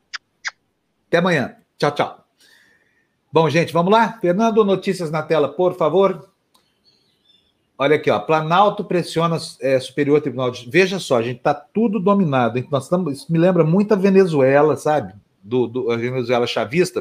Até amanhã. Tchau, tchau. Bom, gente, vamos lá? Fernando, notícias na tela, por favor. Olha aqui, ó, Planalto pressiona Superior Tribunal de... Veja só, a gente está tudo dominado. Isso me lembra muito a Venezuela, sabe? A Venezuela chavista,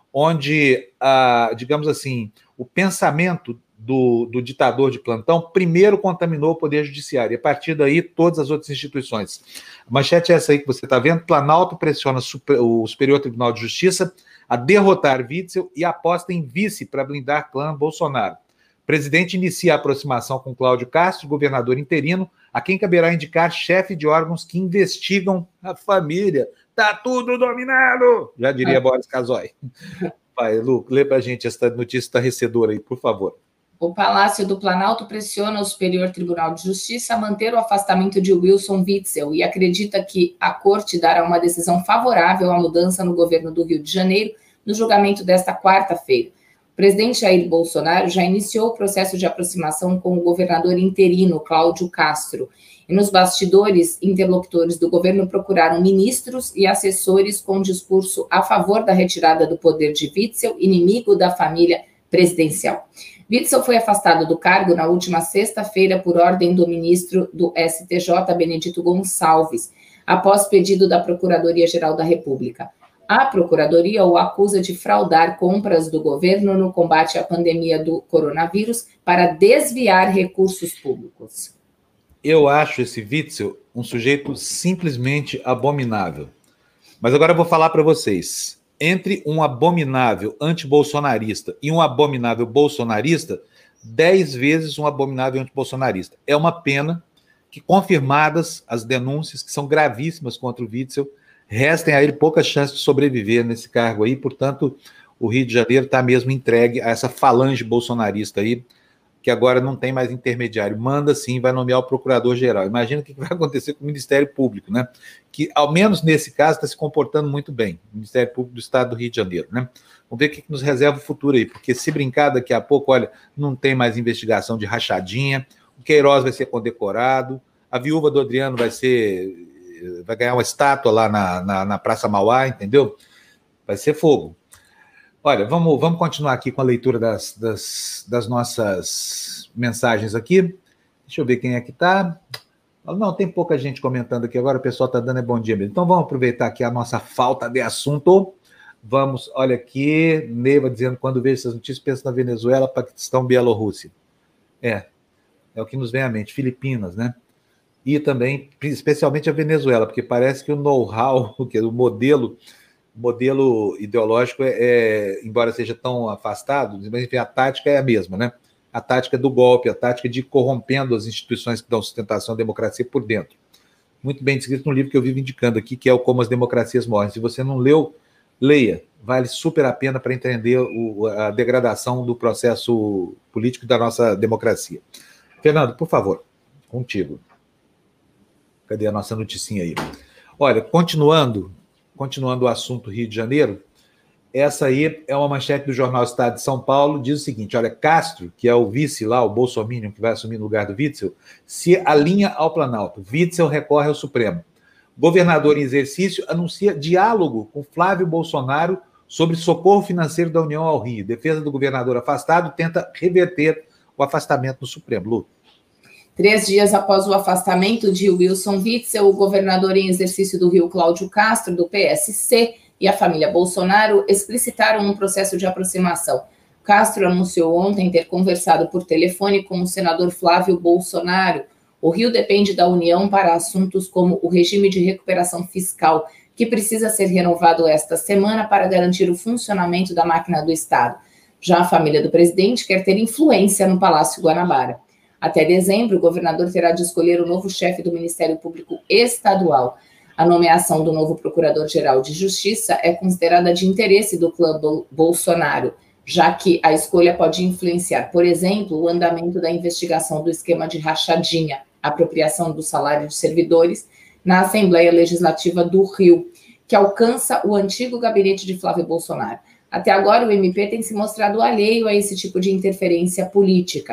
onde, digamos assim, o pensamento do ditador de plantão primeiro contaminou o Poder Judiciário, e a partir daí todas as outras instituições. A manchete é essa aí que você está vendo: Planalto pressiona o Superior Tribunal de Justiça a derrotar Witzel e aposta em vice para blindar clã Bolsonaro. O presidente inicia a aproximação com Cláudio Castro, governador interino, a quem caberá indicar chefe de órgãos que investigam a família. Tá tudo dominado, já diria Boris Casoy. Vai, Lu, lê pra gente essa notícia estarrecedora aí, por favor. O Palácio do Planalto pressiona o Superior Tribunal de Justiça a manter o afastamento de Wilson Witzel e acredita que a corte dará uma decisão favorável à mudança no governo do Rio de Janeiro no julgamento desta quarta-feira. O presidente Jair Bolsonaro já iniciou o processo de aproximação com o governador interino, Cláudio Castro. E nos bastidores, interlocutores do governo procuraram ministros e assessores com discurso a favor da retirada do poder de Witzel, inimigo da família presidencial. Witzel foi afastado do cargo na última sexta-feira por ordem do ministro do STJ, Benedito Gonçalves, após pedido da Procuradoria-Geral da República. A Procuradoria o acusa de fraudar compras do governo no combate à pandemia do coronavírus para desviar recursos públicos. Eu acho esse Witzel um sujeito simplesmente abominável. Mas agora eu vou falar para vocês. Entre um abominável antibolsonarista e um abominável bolsonarista, 10 vezes um abominável antibolsonarista. É uma pena que, confirmadas as denúncias, que são gravíssimas contra o Witzel, restem a ele poucas chances de sobreviver nesse cargo aí. Portanto, o Rio de Janeiro está mesmo entregue a essa falange bolsonarista aí, que agora não tem mais intermediário. Manda sim, vai nomear o procurador-geral. Imagina o que vai acontecer com o Ministério Público, né? Que, ao menos nesse caso, está se comportando muito bem. O Ministério Público do Estado do Rio de Janeiro, né? Vamos ver o que nos reserva o futuro aí, porque se brincar daqui a pouco, olha, não tem mais investigação de rachadinha, o Queiroz vai ser condecorado, a viúva do Adriano vai ganhar uma estátua lá na Praça Mauá, entendeu? Vai ser fogo. Olha, vamos continuar aqui com a leitura das nossas mensagens aqui. Deixa eu ver quem é que está. Não, tem pouca gente comentando aqui agora, o pessoal está dando bom dia mesmo. Então vamos aproveitar aqui a nossa falta de assunto. Vamos, olha aqui, Neiva dizendo, quando vejo essas notícias, penso na Venezuela, Paquistão, Bielorrússia. É o que nos vem à mente, Filipinas, né? E também, especialmente a Venezuela, porque parece que o know-how, o modelo ideológico embora seja tão afastado, mas enfim, a tática é a mesma, né? A tática do golpe, a tática de ir corrompendo as instituições que dão sustentação à democracia por dentro. Muito bem descrito no livro que eu vivo indicando aqui, que é o Como as Democracias Morrem. Se você não leu, leia. Vale super a pena para entender a degradação do processo político da nossa democracia. Fernando, por favor, contigo. Cadê a nossa noticinha aí? Olha, continuando o assunto Rio de Janeiro, essa aí é uma manchete do jornal Estado de São Paulo, diz o seguinte, olha, Castro, que é o vice lá, o bolsominion que vai assumir no lugar do Witzel, se alinha ao Planalto. Witzel recorre ao Supremo. Governador em exercício anuncia diálogo com Flávio Bolsonaro sobre socorro financeiro da União ao Rio. Defesa do governador afastado tenta reverter o afastamento do Supremo. Lu. 3 dias após o afastamento de Wilson Witzel, o governador em exercício do Rio, Cláudio Castro, do PSC, e a família Bolsonaro explicitaram um processo de aproximação. Castro anunciou ontem ter conversado por telefone com o senador Flávio Bolsonaro. O Rio depende da União para assuntos como o regime de recuperação fiscal, que precisa ser renovado esta semana para garantir o funcionamento da máquina do Estado. Já a família do presidente quer ter influência no Palácio Guanabara. Até dezembro, o governador terá de escolher o novo chefe do Ministério Público Estadual. A nomeação do novo Procurador-Geral de Justiça é considerada de interesse do clã Bolsonaro, já que a escolha pode influenciar, por exemplo, o andamento da investigação do esquema de rachadinha, apropriação do salário de servidores, na Assembleia Legislativa do Rio, que alcança o antigo gabinete de Flávio Bolsonaro. Até agora, o MP tem se mostrado alheio a esse tipo de interferência política.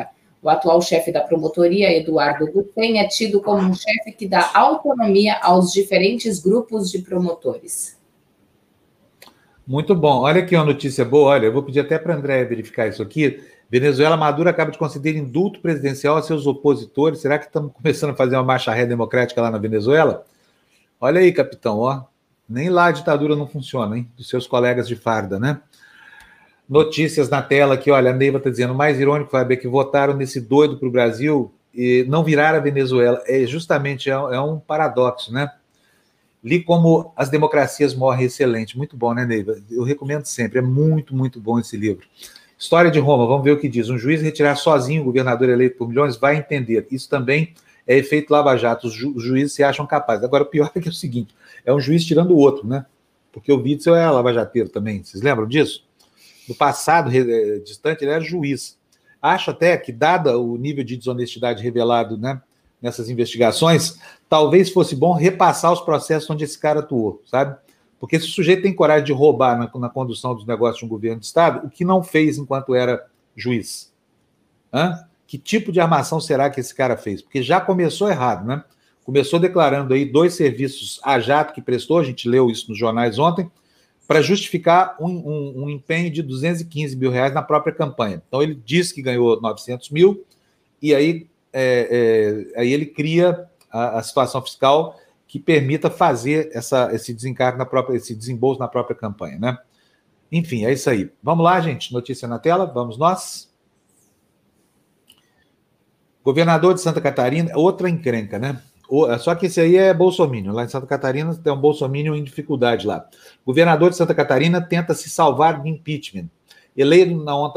O atual chefe da promotoria, Eduardo Guten, é tido como um chefe que dá autonomia aos diferentes grupos de promotores. Muito bom. Olha aqui uma notícia boa. Olha, eu vou pedir até para a André verificar isso aqui. Venezuela, Maduro acaba de conceder indulto presidencial a seus opositores. Será que estamos começando a fazer uma marcha ré democrática lá na Venezuela? Olha aí, capitão, ó. Nem lá a ditadura não funciona, hein? Dos seus colegas de farda, né? Notícias na tela aqui, olha, a Neiva está dizendo, o mais irônico, Fábio, é que votaram nesse doido para o Brasil e não viraram a Venezuela. Justamente é um paradoxo, né? Li como as democracias morrem excelente. Muito bom, né, Neiva? Eu recomendo sempre, é muito, muito bom esse livro. História de Roma, vamos ver o que diz. Um juiz retirar sozinho o governador eleito por milhões vai entender. Isso também é efeito Lava-Jato. Os juízes se acham capazes. Agora, o pior é que é o seguinte, é um juiz tirando o outro, né? Porque o Witzel é lava-jateiro também. Vocês lembram disso? No passado distante, ele era juiz. Acho até que, dada o nível de desonestidade revelado, né, nessas investigações, talvez fosse bom repassar os processos onde esse cara atuou, sabe? Porque se o sujeito tem coragem de roubar na condução dos negócios de um governo de Estado, o que não fez enquanto era juiz? Que tipo de armação será que esse cara fez? Porque já começou errado, né? Começou declarando aí 2 serviços a jato que prestou, a gente leu isso nos jornais ontem, para justificar um empenho de 215 mil reais na própria campanha. Então, ele disse que ganhou 900 mil, e aí ele cria a situação fiscal que permita fazer esse desencargo esse desembolso na própria campanha, né? Enfim, é isso aí. Vamos lá, gente. Notícia na tela, vamos nós. Governador de Santa Catarina, outra encrenca, né? Só que esse aí é bolsominion. Lá em Santa Catarina tem um bolsominion em dificuldade lá. Governador de Santa Catarina tenta se salvar do impeachment. Eleito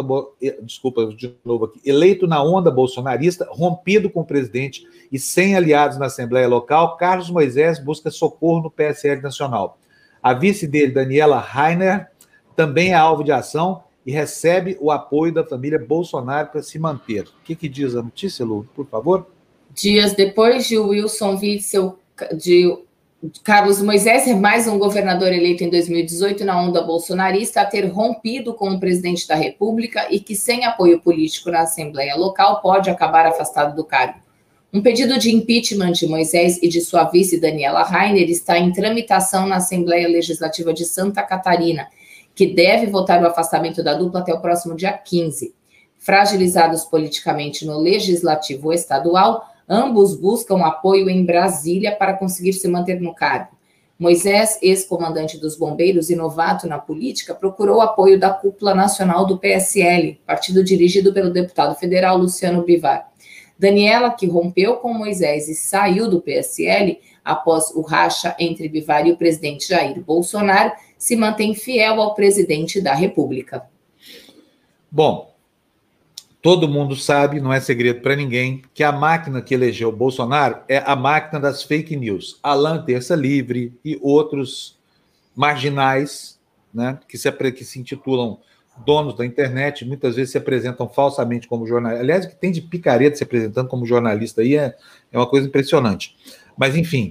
na onda bolsonarista, rompido com o presidente e sem aliados na Assembleia Local, Carlos Moisés busca socorro no PSL Nacional. A vice dele, Daniela Rainer, também é alvo de ação e recebe o apoio da família Bolsonaro para se manter. O que diz a notícia, Lu, por favor? Dias depois de Wilson Witzel, de Carlos Moisés, mais um governador eleito em 2018 na onda bolsonarista, a ter rompido com o presidente da República e que, sem apoio político na Assembleia Local, pode acabar afastado do cargo. Um pedido de impeachment de Moisés e de sua vice, Daniela Rainer, está em tramitação na Assembleia Legislativa de Santa Catarina, que deve votar o afastamento da dupla até o próximo dia 15. Fragilizados politicamente no Legislativo Estadual, ambos buscam apoio em Brasília para conseguir se manter no cargo. Moisés, ex-comandante dos bombeiros e novato na política, procurou apoio da cúpula nacional do PSL, partido dirigido pelo deputado federal Luciano Bivar. Daniela, que rompeu com Moisés e saiu do PSL após o racha entre Bivar e o presidente Jair Bolsonaro, se mantém fiel ao presidente da República. Bom, todo mundo sabe, não é segredo para ninguém, que a máquina que elegeu Bolsonaro é a máquina das fake news. Alan Terça Livre e outros marginais, né, que se intitulam donos da internet, muitas vezes se apresentam falsamente como jornalistas. Aliás, o que tem de picareta se apresentando como jornalista aí é uma coisa impressionante. Mas, enfim,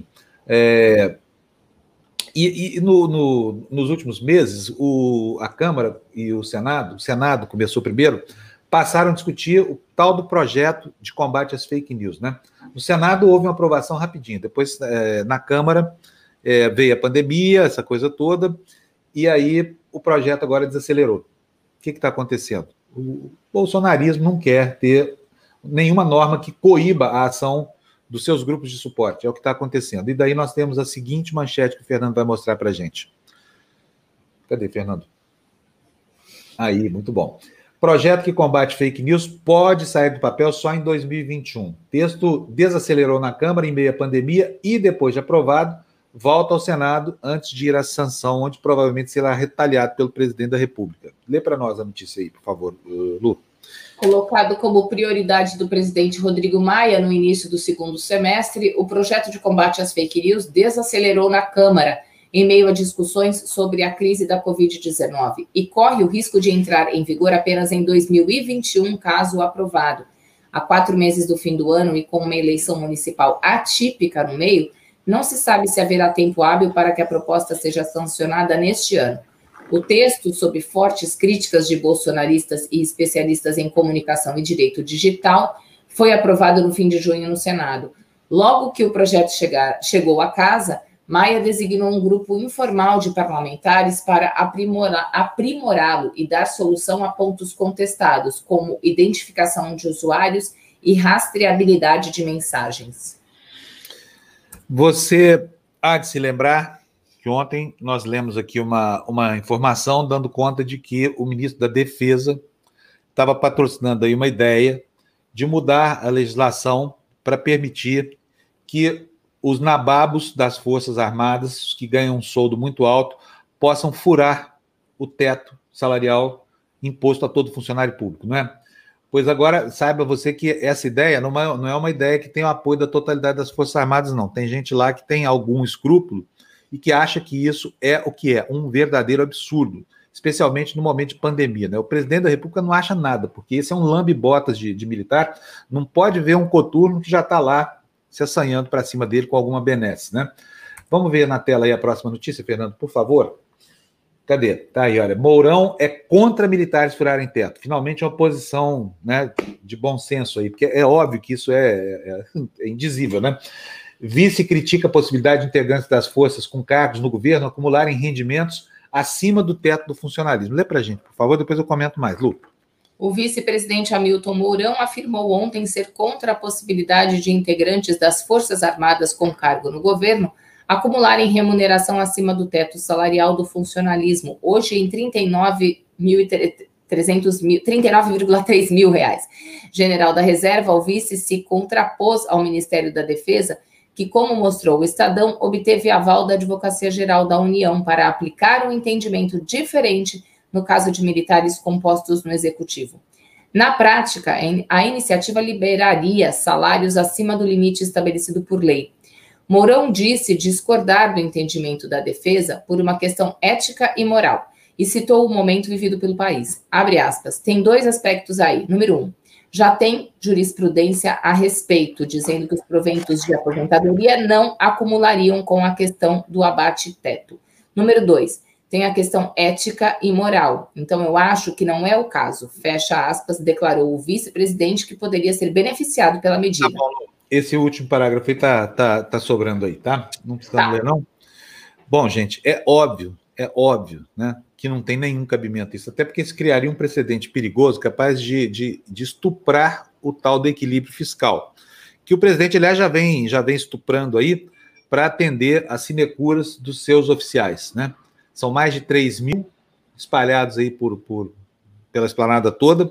nos últimos meses, a Câmara e o Senado começou primeiro, passaram a discutir o tal do projeto de combate às fake news, né? No Senado houve uma aprovação rapidinho, depois na Câmara veio a pandemia, essa coisa toda, e aí o projeto agora desacelerou. O que está acontecendo? O bolsonarismo não quer ter nenhuma norma que coíba a ação dos seus grupos de suporte, é o que está acontecendo. E daí nós temos a seguinte manchete que o Fernando vai mostrar para a gente. Cadê, Fernando? Aí, muito bom. Projeto que combate fake news pode sair do papel só em 2021. Texto desacelerou na Câmara em meio à pandemia e, depois de aprovado, volta ao Senado antes de ir à sanção, onde provavelmente será retalhado pelo presidente da República. Lê para nós a notícia aí, por favor, Lu. Colocado como prioridade do presidente Rodrigo Maia no início do segundo semestre, o projeto de combate às fake news desacelerou na Câmara, em meio a discussões sobre a crise da Covid-19, e corre o risco de entrar em vigor apenas em 2021, caso aprovado. Há 4 meses do fim do ano e com uma eleição municipal atípica no meio, não se sabe se haverá tempo hábil para que a proposta seja sancionada neste ano. O texto, sob fortes críticas de bolsonaristas e especialistas em comunicação e direito digital, foi aprovado no fim de junho no Senado. Logo que o projeto chegou à casa, Maia designou um grupo informal de parlamentares para aprimorá-lo e dar solução a pontos contestados, como identificação de usuários e rastreabilidade de mensagens. Você há de se lembrar que ontem nós lemos aqui uma informação dando conta de que o ministro da Defesa estava patrocinando aí uma ideia de mudar a legislação para permitir que os nababos das Forças Armadas, que ganham um soldo muito alto, possam furar o teto salarial imposto a todo funcionário público, não é? Pois agora, saiba você que essa ideia não é uma ideia que tem o apoio da totalidade das Forças Armadas, não. Tem gente lá que tem algum escrúpulo e que acha que isso é o que é, um verdadeiro absurdo, especialmente no momento de pandemia, né? O presidente da República não acha nada, porque esse é um lambe-botas de militar, não pode ver um coturno que já está lá se assanhando para cima dele com alguma benesse, né? Vamos ver na tela aí a próxima notícia, Fernando, por favor. Cadê? Tá aí, olha. Mourão é contra militares furarem teto. Finalmente uma posição, né, de bom senso aí, porque é óbvio que isso é indizível, né? Vice critica a possibilidade de integrantes das forças com cargos no governo acumularem rendimentos acima do teto do funcionalismo. Lê para a gente, por favor, depois eu comento mais. Lu. O vice-presidente Hamilton Mourão afirmou ontem ser contra a possibilidade de integrantes das Forças Armadas com cargo no governo acumularem remuneração acima do teto salarial do funcionalismo, hoje em 39,3 mil reais. General da Reserva, o vice se contrapôs ao Ministério da Defesa, que, como mostrou o Estadão, obteve aval da Advocacia Geral da União para aplicar um entendimento diferente no caso de militares compostos no Executivo. Na prática, a iniciativa liberaria salários acima do limite estabelecido por lei. Mourão disse discordar do entendimento da defesa por uma questão ética e moral e citou o momento vivido pelo país. Abre aspas, tem dois aspectos aí. Número 1, já tem jurisprudência a respeito, dizendo que os proventos de aposentadoria não acumulariam com a questão do abate-teto. Número 2, tem a questão ética e moral. Então, eu acho que não é o caso. Fecha aspas, declarou o vice-presidente que poderia ser beneficiado pela medida. Tá bom. Esse último parágrafo aí tá sobrando aí, tá? Não precisamos ler, não? Bom, gente, é óbvio, né, que não tem nenhum cabimento isso, até porque isso criaria um precedente perigoso capaz de estuprar o tal do equilíbrio fiscal, que o presidente, aliás, já vem estuprando aí para atender às sinecuras dos seus oficiais, né? São mais de 3 mil espalhados aí pela esplanada toda.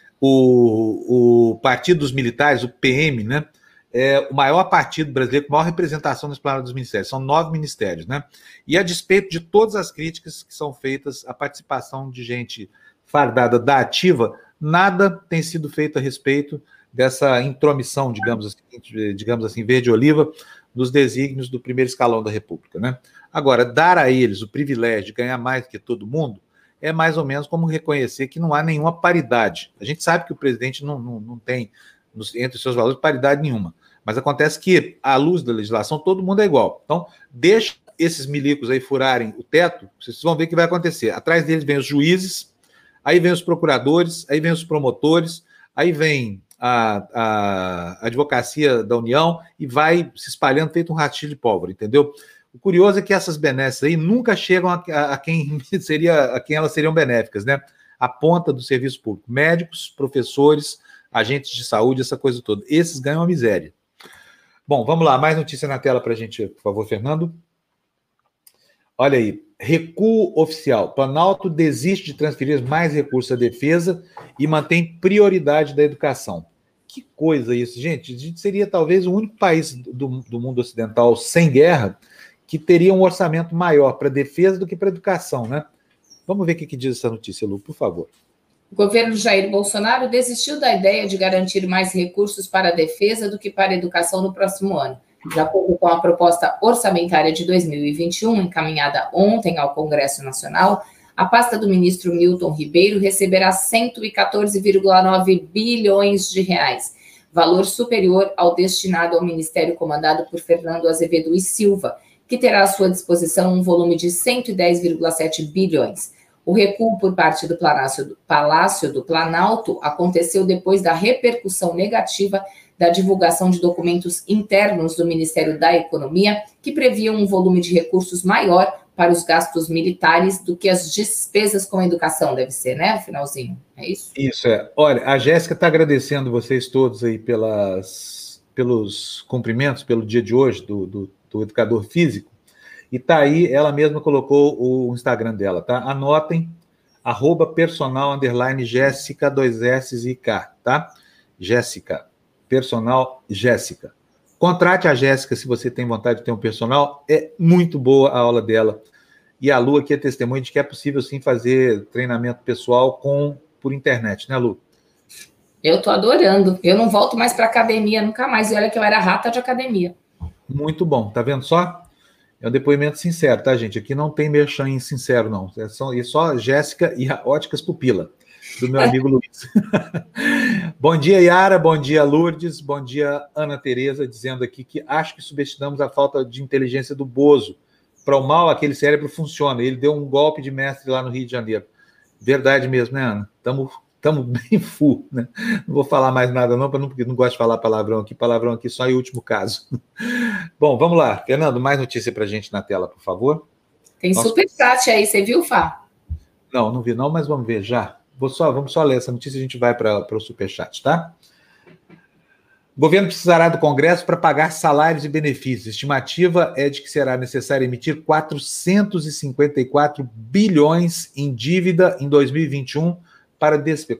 O Partido dos Militares, o PM, né, é o maior partido brasileiro com maior representação na esplanada dos ministérios. São 9 ministérios, né? E a despeito de todas as críticas que são feitas à participação de gente fardada da ativa, nada tem sido feito a respeito dessa intromissão, digamos assim, verde-oliva, nos desígnios do primeiro escalão da República, né? Agora, dar a eles o privilégio de ganhar mais do que todo mundo é mais ou menos como reconhecer que não há nenhuma paridade. A gente sabe que o presidente não tem, entre os seus valores, paridade nenhuma. Mas acontece que, à luz da legislação, todo mundo é igual. Então, deixa esses milicos aí furarem o teto, vocês vão ver o que vai acontecer. Atrás deles vem os juízes, aí vem os procuradores, aí vem os promotores, aí vem a Advocacia da União e vai se espalhando feito um ratinho de pólvora, entendeu? O curioso é que essas benesses aí nunca chegam a quem elas seriam benéficas, né? A ponta do serviço público. Médicos, professores, agentes de saúde, essa coisa toda. Esses ganham a miséria. Bom, vamos lá, mais notícia na tela para a gente, por favor, Fernando. Olha aí, recuo oficial. Planalto desiste de transferir mais recursos à defesa e mantém prioridade da educação. Que coisa isso, gente. A gente seria talvez o único país do mundo ocidental sem guerra que teria um orçamento maior para a defesa do que para a educação, né? Vamos ver o que diz essa notícia, Lu, por favor. O governo Jair Bolsonaro desistiu da ideia de garantir mais recursos para a defesa do que para a educação no próximo ano. De acordo com a proposta orçamentária de 2021, encaminhada ontem ao Congresso Nacional, a pasta do ministro Milton Ribeiro receberá 114,9 bilhões de reais, valor superior ao destinado ao ministério comandado por Fernando Azevedo e Silva, que terá à sua disposição um volume de 110,7 bilhões. O recuo por parte do Palácio do Planalto aconteceu depois da repercussão negativa da divulgação de documentos internos do Ministério da Economia, que previam um volume de recursos maior para os gastos militares do que as despesas com educação, deve ser, né? No finalzinho, é isso? Isso, é. Olha, a Jéssica está agradecendo vocês todos aí pelos cumprimentos, pelo dia de hoje do educador físico, e tá aí, ela mesma colocou o Instagram dela, tá? Anotem, @personal_Jéssica, 2S e K, tá? Jéssica, personal Jéssica. Contrate a Jéssica se você tem vontade de ter um personal, é muito boa a aula dela. E a Lu aqui é testemunha de que é possível sim fazer treinamento pessoal por internet, né, Lu? Eu tô adorando. Eu não volto mais para academia, nunca mais. E olha que eu era rata de academia. Muito bom, tá vendo só? É um depoimento sincero, tá, gente? Aqui não tem merchan sincero, não. É só Jéssica e a Óticas Pupila, do meu amigo Luiz. Bom dia, Yara. Bom dia, Lourdes. Bom dia, Ana Tereza, dizendo aqui que acho que subestimamos a falta de inteligência do Bozo. Para o mal, aquele cérebro funciona. Ele deu um golpe de mestre lá no Rio de Janeiro. Verdade mesmo, né, Ana? Estamos bem full, né? Não vou falar mais nada não, porque não gosto de falar palavrão aqui só em último caso. Bom, vamos lá. Fernando, mais notícia para a gente na tela, por favor. Tem superchat aí, você viu, Fá? Não vi não, mas vamos ver já. Vamos só ler essa notícia e a gente vai para o superchat, tá? O governo precisará do Congresso para pagar salários e benefícios. A estimativa é de que será necessário emitir 454 bilhões em dívida em 2021 para despejar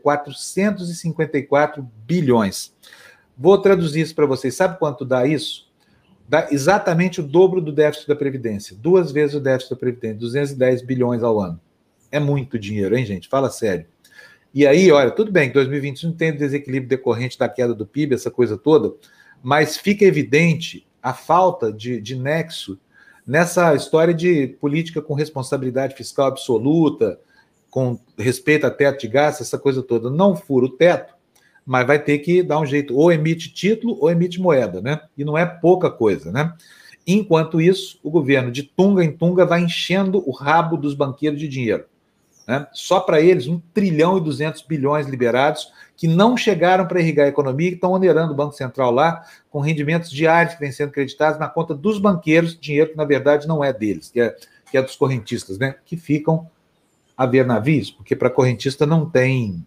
454 bilhões. Vou traduzir isso para vocês. Sabe quanto dá isso? Dá exatamente o dobro do déficit da Previdência. 2 vezes o déficit da Previdência. 210 bilhões ao ano. É muito dinheiro, hein, gente? Fala sério. E aí, olha, tudo bem que 2021 tem o desequilíbrio decorrente da queda do PIB, essa coisa toda, mas fica evidente a falta de nexo nessa história de política com responsabilidade fiscal absoluta, com respeito a teto de gasto, essa coisa toda. Não fura o teto, mas vai ter que dar um jeito, ou emite título ou emite moeda, né? E não é pouca coisa, né? Enquanto isso, o governo de tunga em tunga vai enchendo o rabo dos banqueiros de dinheiro, né? Só para eles, 1 trilhão e 200 bilhões liberados, que não chegaram para irrigar a economia e estão onerando o Banco Central lá, com rendimentos diários que vêm sendo creditados na conta dos banqueiros, dinheiro que, na verdade, não é deles, que é dos correntistas, né? Que ficam a ver navios, porque para correntista não tem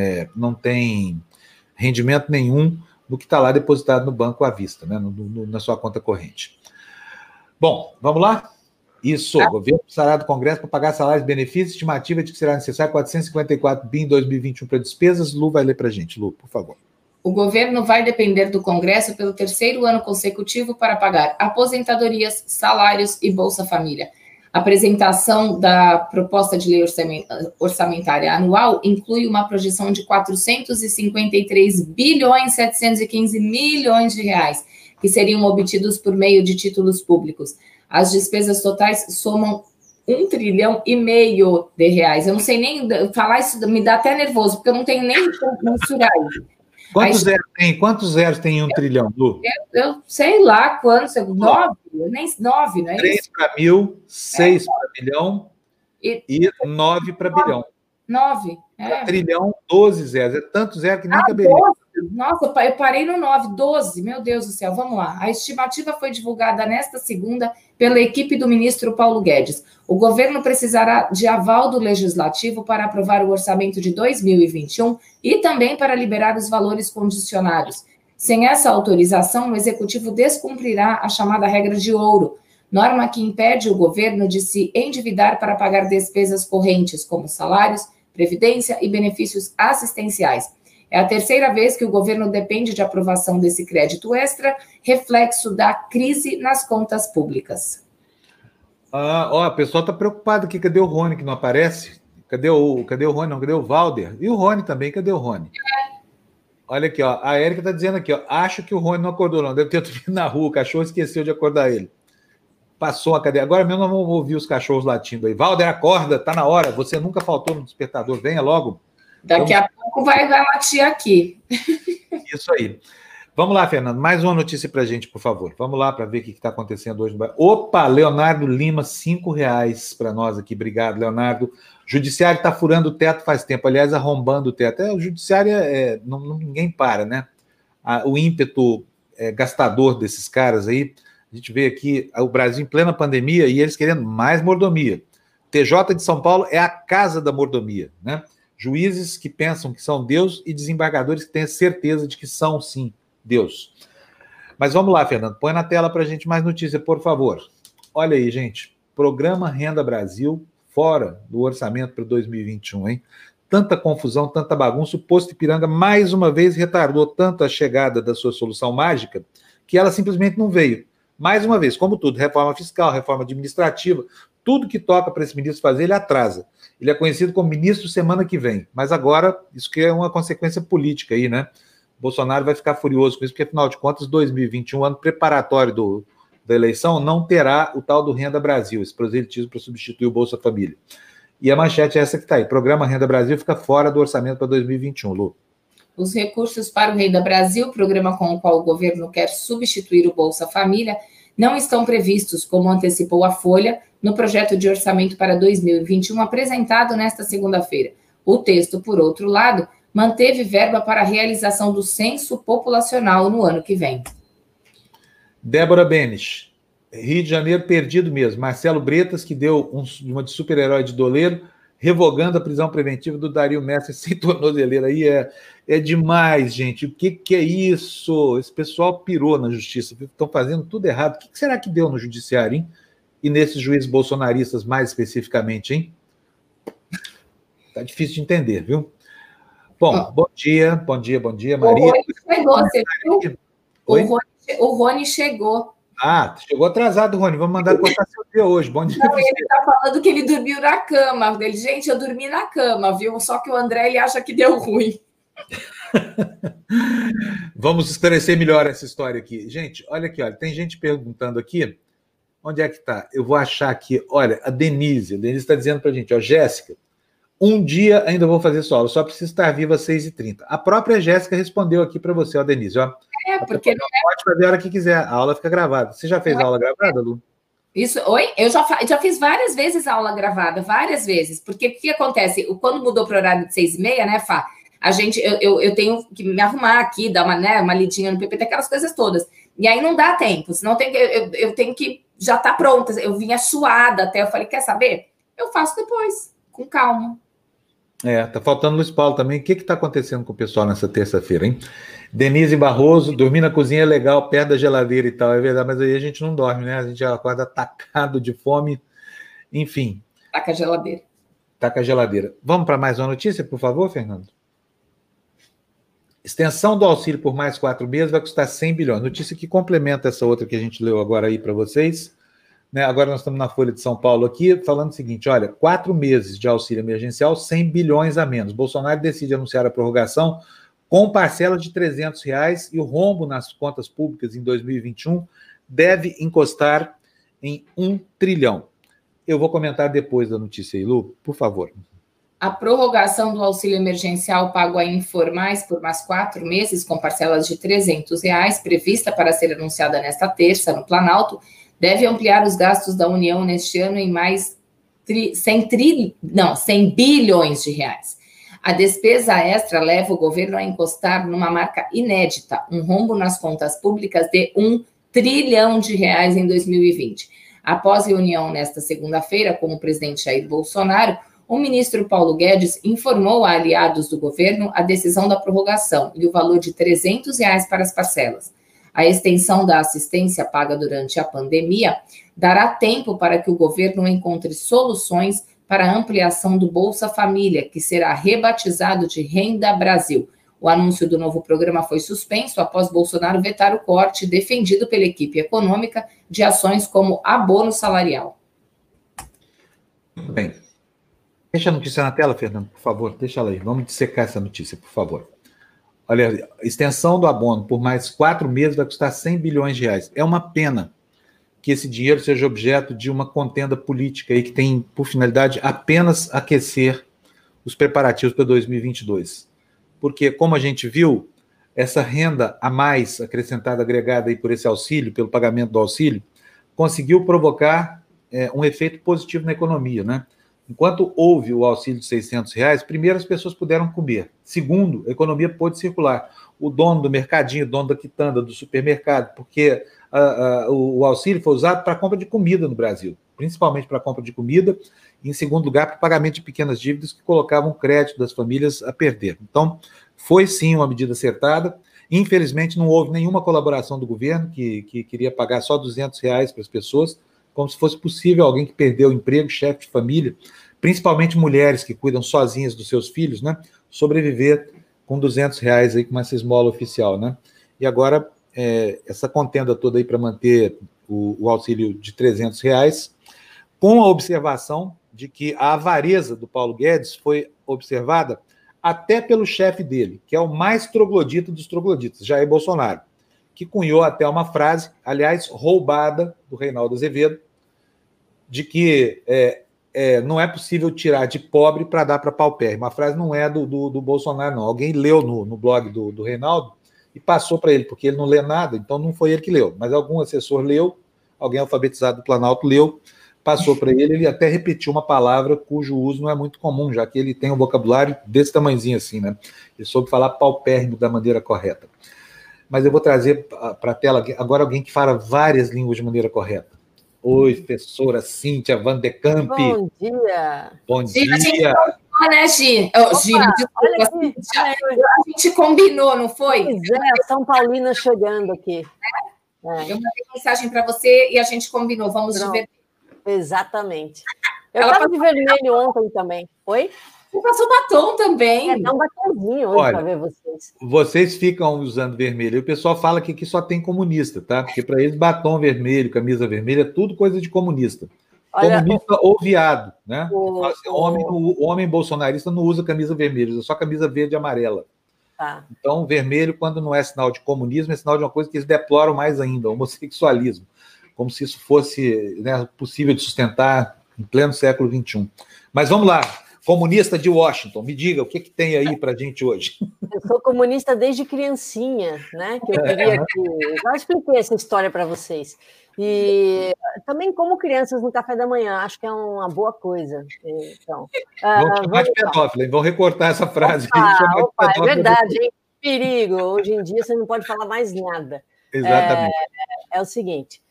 rendimento nenhum do que está lá depositado no banco à vista, né? Na sua conta corrente. Bom, vamos lá? Isso, o governo precisará do Congresso para pagar salários e benefícios, estimativa de que será necessário 454 bi em 2021 para despesas. Lu vai ler para a gente. Lu, por favor. O governo vai depender do Congresso pelo 3º ano consecutivo para pagar aposentadorias, salários e Bolsa Família. A apresentação da proposta de lei orçamentária anual inclui uma projeção de 453 bilhões 715 milhões de reais, que seriam obtidos por meio de títulos públicos. As despesas totais somam 1,5 trilhão de reais. Eu não sei nem falar isso, me dá até nervoso, porque eu não tenho nem mensurar isso. Quantos zeros tem em 1 trilhão, Lu? Eu sei lá quantos, 9, nem 9, não é 3 isso? 3 para mil, 6 para bilhão e 9 para bilhão. 9. Trilhão, 12 zeros. É tanto zero que nem caberia. 12. Nossa, eu parei no 9, 12. Meu Deus do céu, vamos lá. A estimativa foi divulgada nesta segunda pela equipe do ministro Paulo Guedes. O governo precisará de aval do Legislativo para aprovar o orçamento de 2021 e também para liberar os valores condicionados. Sem essa autorização, o Executivo descumprirá a chamada regra de ouro, norma que impede o governo de se endividar para pagar despesas correntes, como salários, previdência e benefícios assistenciais. É a 3ª vez que o governo depende de aprovação desse crédito extra, reflexo da crise nas contas públicas. A pessoa está preocupada aqui. Cadê o Rony que não aparece? Cadê o Rony? Não, cadê o Valder? E o Rony também, cadê o Rony? Olha aqui, ó. A Érica está dizendo aqui, ó. Acho que o Rony não acordou, não. Deve ter dormido na rua. O cachorro esqueceu de acordar ele. Passou a cadeia. Agora mesmo nós vamos ouvir os cachorros latindo aí. Valder, acorda, tá na hora. Você nunca faltou no despertador. Venha logo. Daqui a pouco vai latir aqui. Isso aí. Vamos lá, Fernando. Mais uma notícia para a gente, por favor. Vamos lá para ver o que está acontecendo hoje no Brasil. Opa, Leonardo Lima, R$5 para nós aqui. Obrigado, Leonardo. Judiciário está furando o teto faz tempo, aliás, arrombando o teto. O judiciário ninguém para, né? O ímpeto gastador desses caras aí, a gente vê aqui o Brasil em plena pandemia e eles querendo mais mordomia. TJ de São Paulo é a casa da mordomia, né? Juízes que pensam que são Deus e desembargadores que têm a certeza de que são, sim, Deus. Mas vamos lá, Fernando, põe na tela para a gente mais notícia, por favor. Olha aí, gente, Programa Renda Brasil fora do orçamento para 2021, hein? Tanta confusão, tanta bagunça, o Posto Ipiranga mais uma vez retardou tanto a chegada da sua solução mágica que ela simplesmente não veio. Mais uma vez, como tudo, reforma fiscal, reforma administrativa, tudo que toca para esse ministro fazer, ele atrasa. Ele é conhecido como ministro semana que vem, mas agora isso que é uma consequência política aí, né? Bolsonaro vai ficar furioso com isso, porque afinal de contas, 2021, ano preparatório da eleição, não terá o tal do Renda Brasil, esse proselitismo para substituir o Bolsa Família. E a manchete é essa que está aí. Programa Renda Brasil fica fora do orçamento para 2021, Lu. Os recursos para o Renda Brasil, programa com o qual o governo quer substituir o Bolsa Família, não estão previstos, como antecipou a Folha, no projeto de orçamento para 2021 apresentado nesta segunda-feira. O texto, por outro lado, manteve verba para a realização do censo populacional no ano que vem. Débora Benes, Rio de Janeiro perdido mesmo. Marcelo Bretas, que deu uma de super-herói de doleiro, revogando a prisão preventiva do Dario Mestre sem tornozeleira. Aí é demais, gente. O que é isso? Esse pessoal pirou na justiça. Estão fazendo tudo errado. O que será que deu no judiciário, hein? E nesses juízes bolsonaristas, mais especificamente, hein? Tá difícil de entender, viu? Bom, bom dia, Maria. O Rony chegou, você viu? Oi? O Rony chegou. Ah, chegou atrasado, Rony. Vamos mandar cortar seu dia hoje. Bom dia. Não, ele está falando que ele dormiu na cama. Ele, gente, eu dormi na cama, viu? Só que o André, ele acha que deu ruim. Vamos esclarecer melhor essa história aqui. Gente, olha aqui, olha. Tem gente perguntando aqui. Onde é que está? Eu vou achar aqui. Olha, a Denise está dizendo para a gente, ó, Jéssica, um dia ainda vou fazer solo, só preciso estar viva às 6h30. A própria Jéssica respondeu aqui para você, ó, Denise, ó. Porque não é... Pode fazer a hora que quiser, a aula fica gravada. Você já fez a aula gravada, Lu? Isso, oi? Eu já fiz várias vezes a aula gravada, várias vezes, porque o que acontece? Quando mudou para o horário de 6h30, né, Fá? Eu tenho que me arrumar aqui, dar uma lidinha no PPT, aquelas coisas todas. E aí não dá tempo, senão eu tenho que já tá pronta. Eu vinha suada até, eu falei, quer saber? Eu faço depois, com calma. Tá faltando Luiz Paulo também. O que está acontecendo com o pessoal nessa terça-feira, hein? Denise Barroso, dormir na cozinha é legal, perto da geladeira e tal, é verdade, mas aí a gente não dorme, né? A gente acorda atacado de fome, enfim. Taca a geladeira. Taca a geladeira. Vamos para mais uma notícia, por favor, Fernando? Extensão do auxílio por mais 4 meses vai custar 100 bilhões. Notícia que complementa essa outra que a gente leu agora aí para vocês. Né? Agora nós estamos na Folha de São Paulo aqui, falando o seguinte, olha, 4 meses de auxílio emergencial, 100 bilhões a menos. Bolsonaro decide anunciar a prorrogação com parcela de R$300 e o rombo nas contas públicas em 2021 deve encostar em 1 trilhão. Eu vou comentar depois da notícia aí, Lu, por favor. A prorrogação do auxílio emergencial pago a informais por mais 4 meses, com parcelas de R$300, prevista para ser anunciada nesta terça no Planalto, deve ampliar os gastos da União neste ano em mais 100 bilhões de reais. A despesa extra leva o governo a encostar numa marca inédita, um rombo nas contas públicas de R$1 trilhão em 2020. Após reunião nesta segunda-feira com o presidente Jair Bolsonaro, o ministro Paulo Guedes informou a aliados do governo a decisão da prorrogação e o valor de R$300 para as parcelas. A extensão da assistência paga durante a pandemia dará tempo para que o governo encontre soluções para a ampliação do Bolsa Família, que será rebatizado de Renda Brasil. O anúncio do novo programa foi suspenso após Bolsonaro vetar o corte defendido pela equipe econômica de ações como abono salarial. Bem, deixa a notícia na tela, Fernando, por favor, deixa ela aí. Vamos dissecar essa notícia, por favor. Olha, a extensão do abono por mais 4 meses vai custar 100 bilhões de reais. É uma pena que esse dinheiro seja objeto de uma contenda política aí que tem por finalidade apenas aquecer os preparativos para 2022. Porque, como a gente viu, essa renda a mais acrescentada, agregada aí por esse auxílio, pelo pagamento do auxílio, conseguiu provocar um efeito positivo na economia, né? Enquanto houve o auxílio de R$ 600, primeiro, as pessoas puderam comer. Segundo, a economia pôde circular. O dono do mercadinho, o dono da quitanda, do supermercado, porque o auxílio foi usado para a compra de comida no Brasil, principalmente para a compra de comida, e, em segundo lugar, para o pagamento de pequenas dívidas que colocavam o crédito das famílias a perder. Então, foi sim uma medida acertada. Infelizmente, não houve nenhuma colaboração do governo, que queria pagar só R$ 200 para as pessoas, como se fosse possível alguém que perdeu o emprego, chefe de família, principalmente mulheres que cuidam sozinhas dos seus filhos, né, sobreviver com R$ 200 aí, com essa esmola oficial, né? E agora, essa contenda toda aí para manter o auxílio de R$ 300, com a observação de que a avareza do Paulo Guedes foi observada até pelo chefe dele, que é o mais troglodita dos trogloditas, Jair Bolsonaro, que cunhou até uma frase, aliás, roubada do Reinaldo Azevedo, de que não é possível tirar de pobre para dar para paupérrimo. A frase não é do Bolsonaro, não. Alguém leu no blog do Reinaldo e passou para ele, porque ele não lê nada, então não foi ele que leu, mas algum assessor leu, alguém alfabetizado do Planalto leu, passou para ele, ele até repetiu uma palavra cujo uso não é muito comum, já que ele tem um vocabulário desse tamanhozinho assim, né? Ele soube falar paupérrimo da maneira correta. Mas eu vou trazer para a tela agora alguém que fala várias línguas de maneira correta. Oi, professora Cíntia Van de Camp. Bom dia. Bom dia. Né, Gina? Gina, desculpa. A gente combinou, não foi? Pois é, a São Paulina chegando aqui. Eu mandei mensagem para você e a gente combinou. Vamos de vermelho. Exatamente. Eu estava de vermelho ontem também. Oi? Você passou batom também. Dá um batomzinho hoje para ver vocês. Vocês ficam usando vermelho. E o pessoal fala que aqui só tem comunista, tá? Porque para eles batom vermelho, camisa vermelha, é tudo coisa de comunista. Olha, comunista ou viado, né? O homem bolsonarista não usa camisa vermelha, usa só camisa verde e amarela. Tá. Então, vermelho, quando não é sinal de comunismo, é sinal de uma coisa que eles deploram mais ainda, o homossexualismo. Como se isso fosse, né, possível de sustentar em pleno século XXI. Mas vamos lá. Comunista de Washington, me diga, o que tem aí para a gente hoje? Eu sou comunista desde criancinha, né? Que eu queria que... Eu já expliquei essa história para vocês. E também como crianças no café da manhã, acho que é uma boa coisa. Então, vamos chamar de pedófilo, vamos recortar essa frase. É verdade, hein? Perigo. Hoje em dia você não pode falar mais nada. Exatamente. É o seguinte,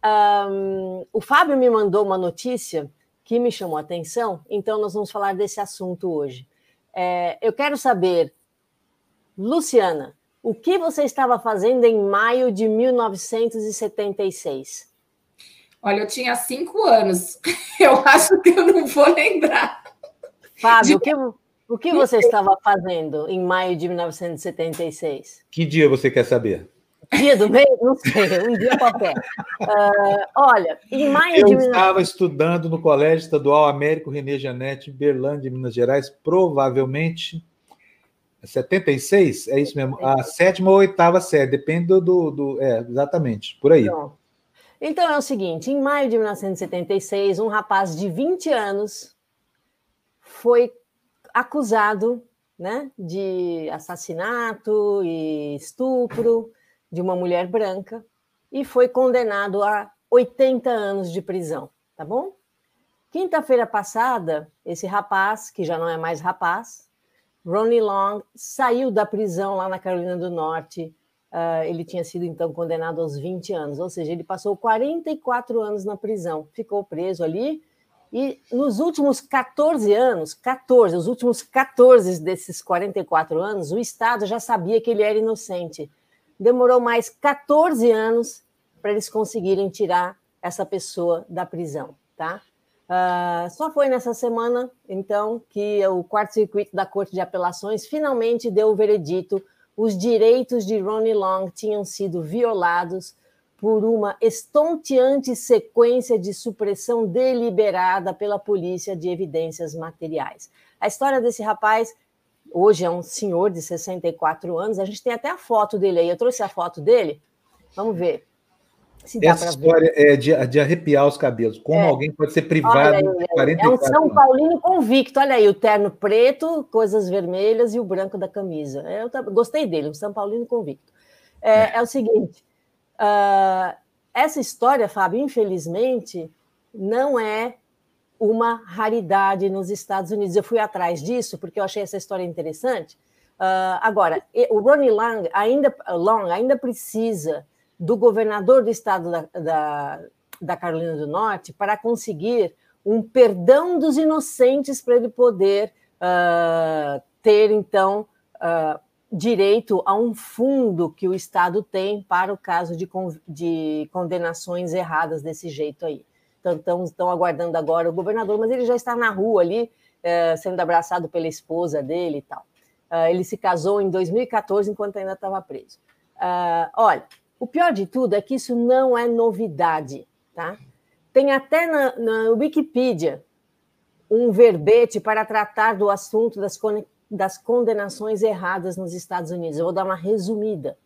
o Fábio me mandou uma notícia que me chamou a atenção, então nós vamos falar desse assunto hoje. Eu quero saber, Luciana, o que você estava fazendo em maio de 1976? Olha, eu tinha 5 anos. Eu acho que eu não vou lembrar. Fábio, o que você estava fazendo em maio de 1976? Que dia você quer saber? Dia do mês? Não sei, um dia qualquer. Olha, em maio eu estava estudando no Colégio Estadual Américo René Janete, em Berlândia, Minas Gerais, provavelmente 76, é isso mesmo? A 7ª ou 8ª série, depende exatamente, por aí. Pronto. Então é o seguinte, em maio de 1976, um rapaz de 20 anos foi acusado, né, de assassinato e estupro de uma mulher branca e foi condenado a 80 anos de prisão, tá bom? Quinta-feira passada, esse rapaz, que já não é mais rapaz, Ronnie Long, saiu da prisão lá na Carolina do Norte. Ele tinha sido, então, condenado aos 20 anos, ou seja, ele passou 44 anos na prisão, ficou preso ali, e nos últimos 14 anos, os últimos 14 desses 44 anos, o Estado já sabia que ele era inocente. Demorou mais 14 anos para eles conseguirem tirar essa pessoa da prisão, tá? Só foi nessa semana, então, que o quarto circuito da Corte de Apelações finalmente deu o veredito. Os direitos de Ronnie Long tinham sido violados por uma estonteante sequência de supressão deliberada pela polícia de evidências materiais. A história desse rapaz, hoje é um senhor de 64 anos, a gente tem até a foto dele aí, eu trouxe a foto dele, vamos ver. Essa história é de arrepiar os cabelos. Como alguém pode ser privado de 44 anos? É um São Paulino convicto. Olha aí, o terno preto, coisas vermelhas e o branco da camisa. Eu gostei dele, um São Paulino convicto. É o seguinte, essa história, Fábio, infelizmente, não é uma raridade nos Estados Unidos. Eu fui atrás disso porque eu achei essa história interessante. Agora, o Ronnie Long ainda precisa do governador do estado da Carolina do Norte para conseguir um perdão dos inocentes para ele poder ter, então, direito a um fundo que o Estado tem para o caso de condenações erradas desse jeito aí. Então, estão aguardando agora o governador, mas ele já está na rua ali, sendo abraçado pela esposa dele e tal. Ele se casou em 2014, enquanto ainda estava preso. Olha, o pior de tudo é que isso não é novidade, tá? Tem até na Wikipedia um verbete para tratar do assunto das condenações erradas nos Estados Unidos. Eu vou dar uma resumida.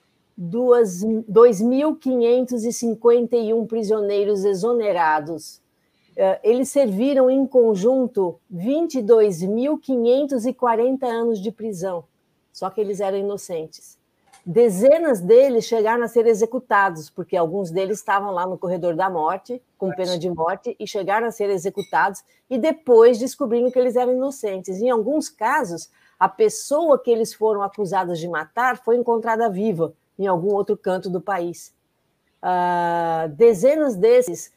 2.551 prisioneiros exonerados. Eles serviram em conjunto 22.540 anos de prisão, só que eles eram inocentes. Dezenas deles chegaram a ser executados, porque alguns deles estavam lá no corredor da morte, com pena de morte, e chegaram a ser executados, e depois descobriram que eles eram inocentes. Em alguns casos, a pessoa que eles foram acusados de matar foi encontrada viva em algum outro canto do país. Dezenas desses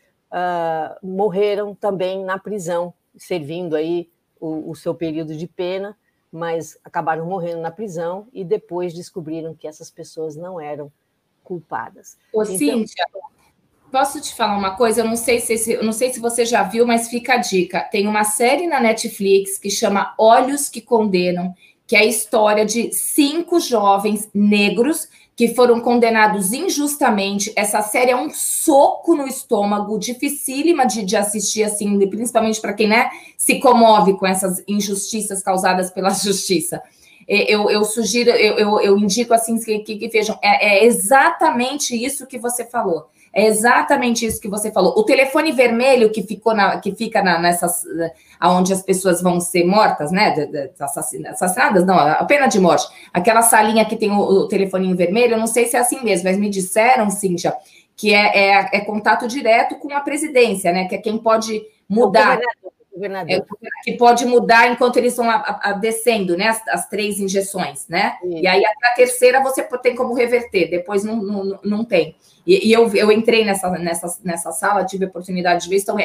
morreram também na prisão, servindo aí o seu período de pena, mas acabaram morrendo na prisão e depois descobriram que essas pessoas não eram culpadas. Ô, Cíntia, posso te falar uma coisa? Eu não sei se você já viu, mas fica a dica. Tem uma série na Netflix que chama Olhos que Condenam, que é a história de 5 jovens negros que foram condenados injustamente. Essa série é um soco no estômago, dificílima de assistir, assim, principalmente para quem, né, se comove com essas injustiças causadas pela justiça. Eu sugiro, eu indico assim que vejam, é exatamente isso que você falou. É exatamente isso que você falou. O telefone vermelho que fica nessas, onde as pessoas vão ser mortas, né? Assassinadas, não, a pena de morte. Aquela salinha que tem o telefoninho vermelho, eu não sei se é assim mesmo, mas me disseram, Cíntia, que é contato direto com a presidência, né? Que é quem pode mudar. Governador. Que pode mudar enquanto eles vão descendo, né? As 3 injeções, né? Sim. E aí a terceira você tem como reverter, depois não tem. E eu entrei nessa sala, tive a oportunidade de ver, então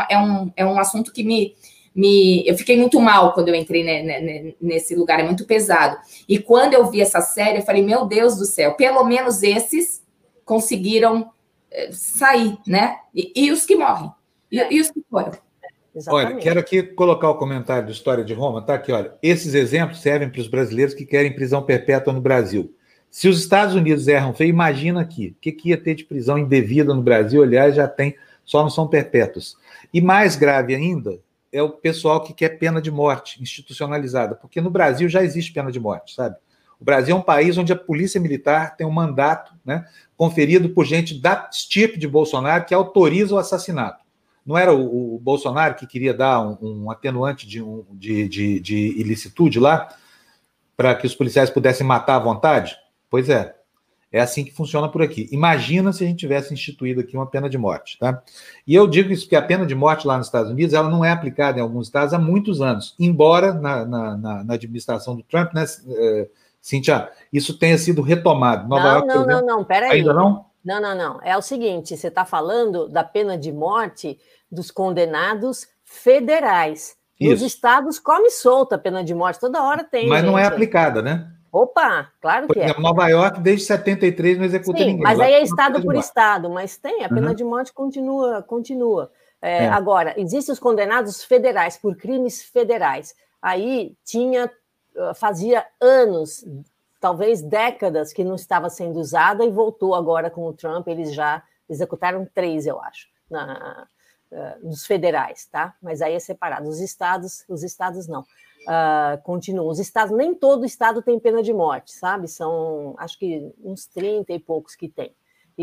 é um assunto que eu fiquei muito mal quando eu entrei nesse lugar, é muito pesado. E quando eu vi essa série, eu falei, meu Deus do céu, pelo menos esses conseguiram sair, né? E os que morrem, e os que foram. Exatamente. Olha, quero aqui colocar o comentário do História de Roma, tá aqui, olha. Esses exemplos servem para os brasileiros que querem prisão perpétua no Brasil. Se os Estados Unidos erram feio, imagina aqui. O que ia ter de prisão indevida no Brasil? Aliás, já tem, só não são perpétuos. E mais grave ainda é o pessoal que quer pena de morte institucionalizada, porque no Brasil já existe pena de morte, sabe? O Brasil é um país onde a polícia militar tem um mandato, né, conferido por gente da estirpe de Bolsonaro que autoriza o assassinato. Não era o Bolsonaro que queria dar um atenuante de ilicitude lá, para que os policiais pudessem matar à vontade? Pois é assim que funciona por aqui. Imagina se a gente tivesse instituído aqui uma pena de morte, tá? E eu digo isso porque a pena de morte lá nos Estados Unidos, ela não é aplicada em alguns estados há muitos anos, embora na administração do Trump, né, Cíntia, isso tenha sido retomado. Não, peraí. Ainda não? Não. É o seguinte, você está falando da pena de morte dos condenados federais. Nos estados come solta a pena de morte, toda hora tem. Mas não é aplicada, né? Opa, claro que é. Por exemplo, Nova York, desde 73, não executa ninguém. Mas aí é estado por estado, mas tem, a pena de morte continua. Agora, existem os condenados federais, por crimes federais. Aí fazia anos, talvez décadas, que não estava sendo usada e voltou agora com o Trump, eles já executaram 3, eu acho, nos federais, tá? Mas aí é separado. Os estados não. Continuam. Os estados, nem todo estado tem pena de morte, sabe? São, acho que uns 30 e poucos que tem.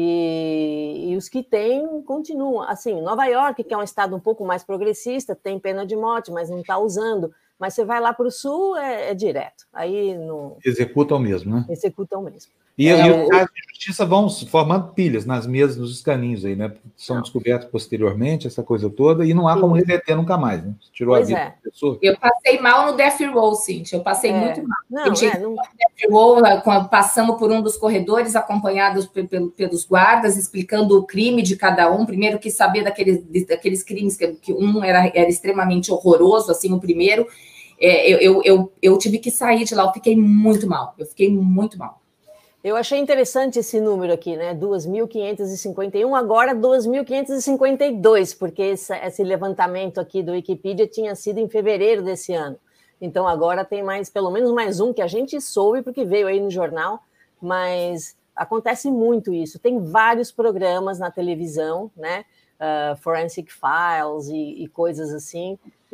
E os que têm continuam. Assim, Nova York, que é um estado um pouco mais progressista, tem pena de morte, mas não está usando. Mas você vai lá para o sul, é direto. Aí não... Executam mesmo, né? Executam mesmo. E os casos de justiça vão formando pilhas nas mesas, nos escaninhos aí, né? São descobertos posteriormente, essa coisa toda, e não há como reverter nunca mais, né? Você tirou a vida da pessoa. Eu passei mal no Death Row, Cíntia. Eu passei muito mal. Não, Death Row, passamos por um dos corredores, acompanhados pelos guardas, explicando o crime de cada um. Primeiro, quis saber daqueles crimes, que um era extremamente horroroso, assim, o primeiro. Eu tive que sair de lá, eu fiquei muito mal. Eu achei interessante esse número aqui, né? 2.551, agora 2.552, porque esse levantamento aqui do Wikipedia tinha sido em fevereiro desse ano. Então agora tem pelo menos mais um que a gente soube, porque veio aí no jornal, mas acontece muito isso. Tem vários programas na televisão, né? Forensic Files e coisas assim,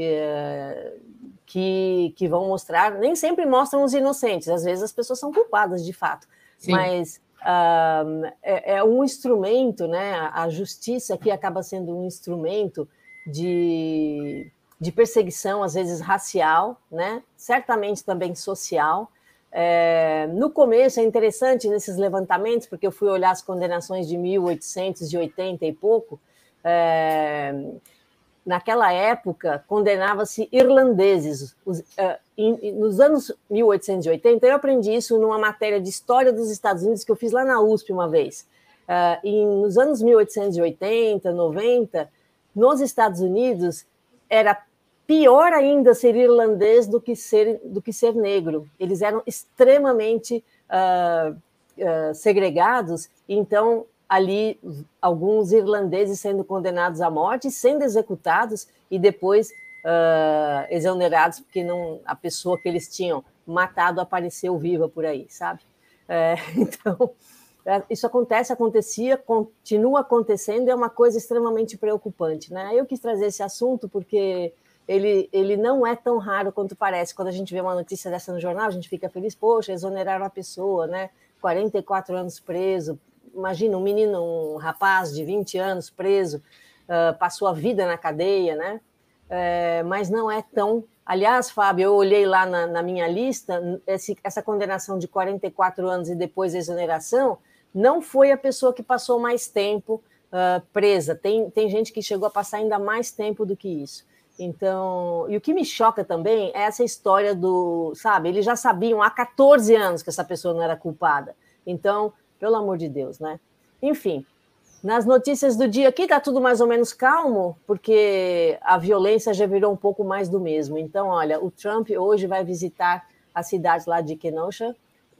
que vão mostrar, nem sempre mostram os inocentes, às vezes as pessoas são culpadas de fato. Sim. Mas é um instrumento, né? A justiça aqui acaba sendo um instrumento de perseguição, às vezes racial, né? Certamente também social. No começo é interessante nesses levantamentos, porque eu fui olhar as condenações de 1880 e pouco. Naquela época, condenava-se irlandeses. Nos anos 1880, eu aprendi isso numa matéria de História dos Estados Unidos que eu fiz lá na USP uma vez. Nos anos 1880, 90, nos Estados Unidos, era pior ainda ser irlandês do que ser negro. Eles eram extremamente segregados, então... ali alguns irlandeses sendo condenados à morte, sendo executados e depois exonerados, porque a pessoa que eles tinham matado apareceu viva por aí, sabe? Então, isso acontecia, continua acontecendo, é uma coisa extremamente preocupante, né? Eu quis trazer esse assunto porque ele não é tão raro quanto parece. Quando a gente vê uma notícia dessa no jornal, a gente fica feliz, poxa, exoneraram a pessoa, né? 44 anos preso. Imagina, um rapaz de 20 anos preso, passou a vida na cadeia, né? Mas não é tão... Aliás, Fábio, eu olhei lá na minha lista, essa condenação de 44 anos e depois a exoneração, não foi a pessoa que passou mais tempo presa. Tem gente que chegou a passar ainda mais tempo do que isso. Então, e o que me choca também é essa história sabe, eles já sabiam há 14 anos que essa pessoa não era culpada. Então... pelo amor de Deus, né? Enfim, nas notícias do dia aqui está tudo mais ou menos calmo, porque a violência já virou um pouco mais do mesmo. Então, olha, o Trump hoje vai visitar a cidade lá de Kenosha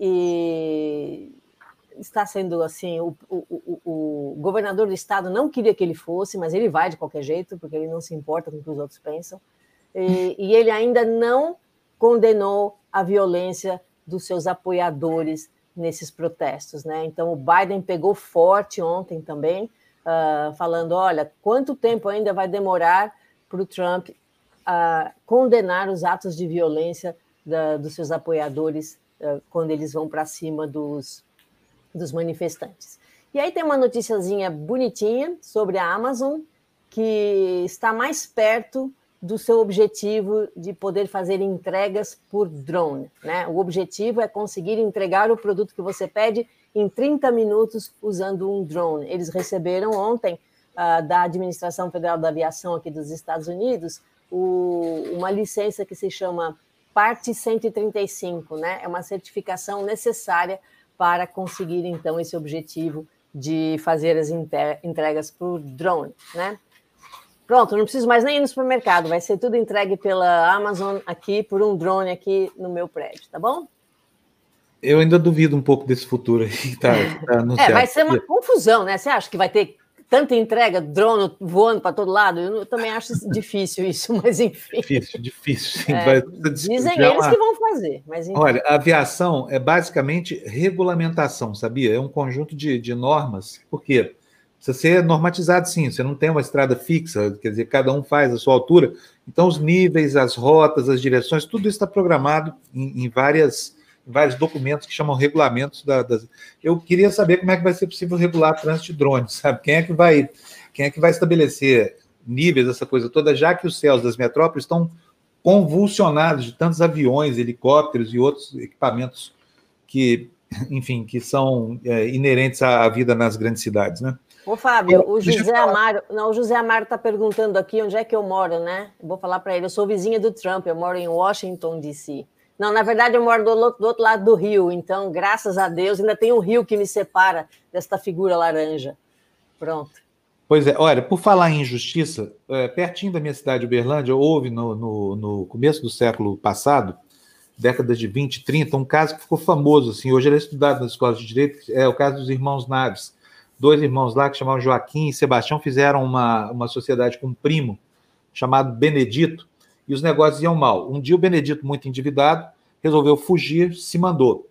e está sendo assim, o governador do estado não queria que ele fosse, mas ele vai de qualquer jeito, porque ele não se importa com o que os outros pensam. E ele ainda não condenou a violência dos seus apoiadores nesses protestos, né? Então, o Biden pegou forte ontem também, falando, olha, quanto tempo ainda vai demorar para o Trump condenar os atos de violência dos seus apoiadores quando eles vão para cima dos manifestantes. E aí tem uma noticiazinha bonitinha sobre a Amazon, que está mais perto do seu objetivo de poder fazer entregas por drone, né? O objetivo é conseguir entregar o produto que você pede em 30 minutos usando um drone. Eles receberam ontem, da Administração Federal da Aviação aqui dos Estados Unidos, uma licença que se chama Parte 135, né? É uma certificação necessária para conseguir, então, esse objetivo de fazer as entregas por drone, né? Pronto, não preciso mais nem ir no supermercado, vai ser tudo entregue pela Amazon aqui, por um drone aqui no meu prédio, tá bom? Eu ainda duvido um pouco desse futuro aí, tá anunciado. Vai ser uma confusão, né? Você acha que vai ter tanta entrega, drone voando para todo lado? Eu também acho difícil isso, mas enfim. Difícil, sim. Dizem eles que vão fazer, mas enfim. Olha, a aviação é basicamente regulamentação, sabia? É um conjunto de normas, por quê? Precisa ser normatizado, sim. Você não tem uma estrada fixa, quer dizer, cada um faz a sua altura. Então, os níveis, as rotas, as direções, tudo isso está programado em vários documentos que chamam regulamentos Eu queria saber como é que vai ser possível regular trânsito de drones, sabe? Quem é que vai estabelecer níveis, essa coisa toda, já que os céus das metrópoles estão convulsionados de tantos aviões, helicópteros e outros equipamentos que, enfim, que são inerentes à vida nas grandes cidades, né? Ô, Fábio, o José Amaro está perguntando aqui onde é que eu moro, né? Vou falar para ele, eu sou vizinha do Trump, eu moro em Washington, D.C. Não, na verdade, eu moro do outro lado do rio, então, graças a Deus, ainda tem um rio que me separa desta figura laranja. Pronto. Pois é, olha, por falar em injustiça, pertinho da minha cidade, Uberlândia, houve no começo do século passado, décadas de 20 e 30, um caso que ficou famoso, assim, hoje ele é estudado nas escolas de direito, é o caso dos irmãos Naves. 2 irmãos lá, que chamavam Joaquim e Sebastião, fizeram uma sociedade com um primo chamado Benedito, e os negócios iam mal. Um dia o Benedito, muito endividado, resolveu fugir, se mandou.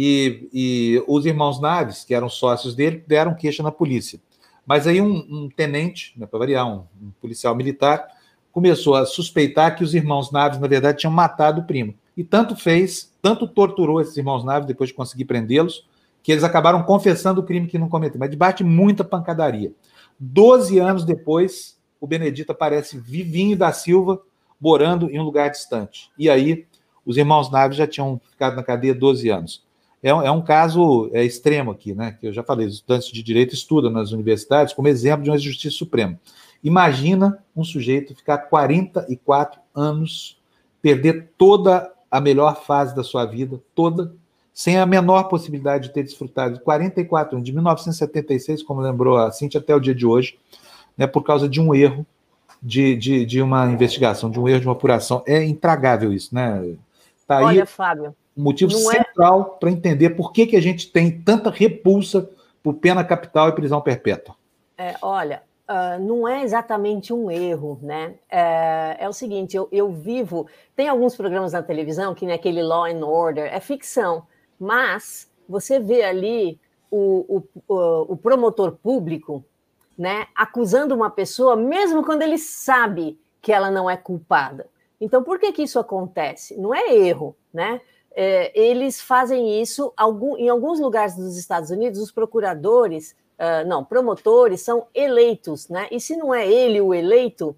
E os irmãos Naves, que eram sócios dele, deram queixa na polícia. Mas aí um tenente, né, para variar, um policial militar, começou a suspeitar que os irmãos Naves, na verdade, tinham matado o primo. E tanto torturou esses irmãos Naves, depois de conseguir prendê-los, que eles acabaram confessando o crime que não cometeram, mas debaixo de muita pancadaria. 12 anos depois, o Benedito aparece vivinho da Silva, morando em um lugar distante. E aí, os irmãos Naves já tinham ficado na cadeia 12 anos. É um caso extremo aqui, né? Que eu já falei, os estudantes de direito estudam nas universidades como exemplo de uma justiça suprema. Imagina um sujeito ficar 44 anos, perder toda a melhor fase da sua vida, toda, sem a menor possibilidade de ter desfrutado de 44 anos, de 1976, como lembrou a Cíntia, até o dia de hoje, né, por causa de um erro de uma investigação, de um erro de uma apuração. É intragável isso, né? Tá aí. Olha, Fábio, um motivo central para entender por que a gente tem tanta repulsa por pena capital e prisão perpétua. Olha, não é exatamente um erro, né? É o seguinte, eu vivo... Tem alguns programas na televisão que nem aquele Law and Order, é ficção, mas você vê ali o promotor público, né, acusando uma pessoa, mesmo quando ele sabe que ela não é culpada. Então, por que isso acontece? Não é erro, né? Eles fazem isso em alguns lugares dos Estados Unidos, os procuradores, promotores são eleitos, né? E se não é ele o eleito,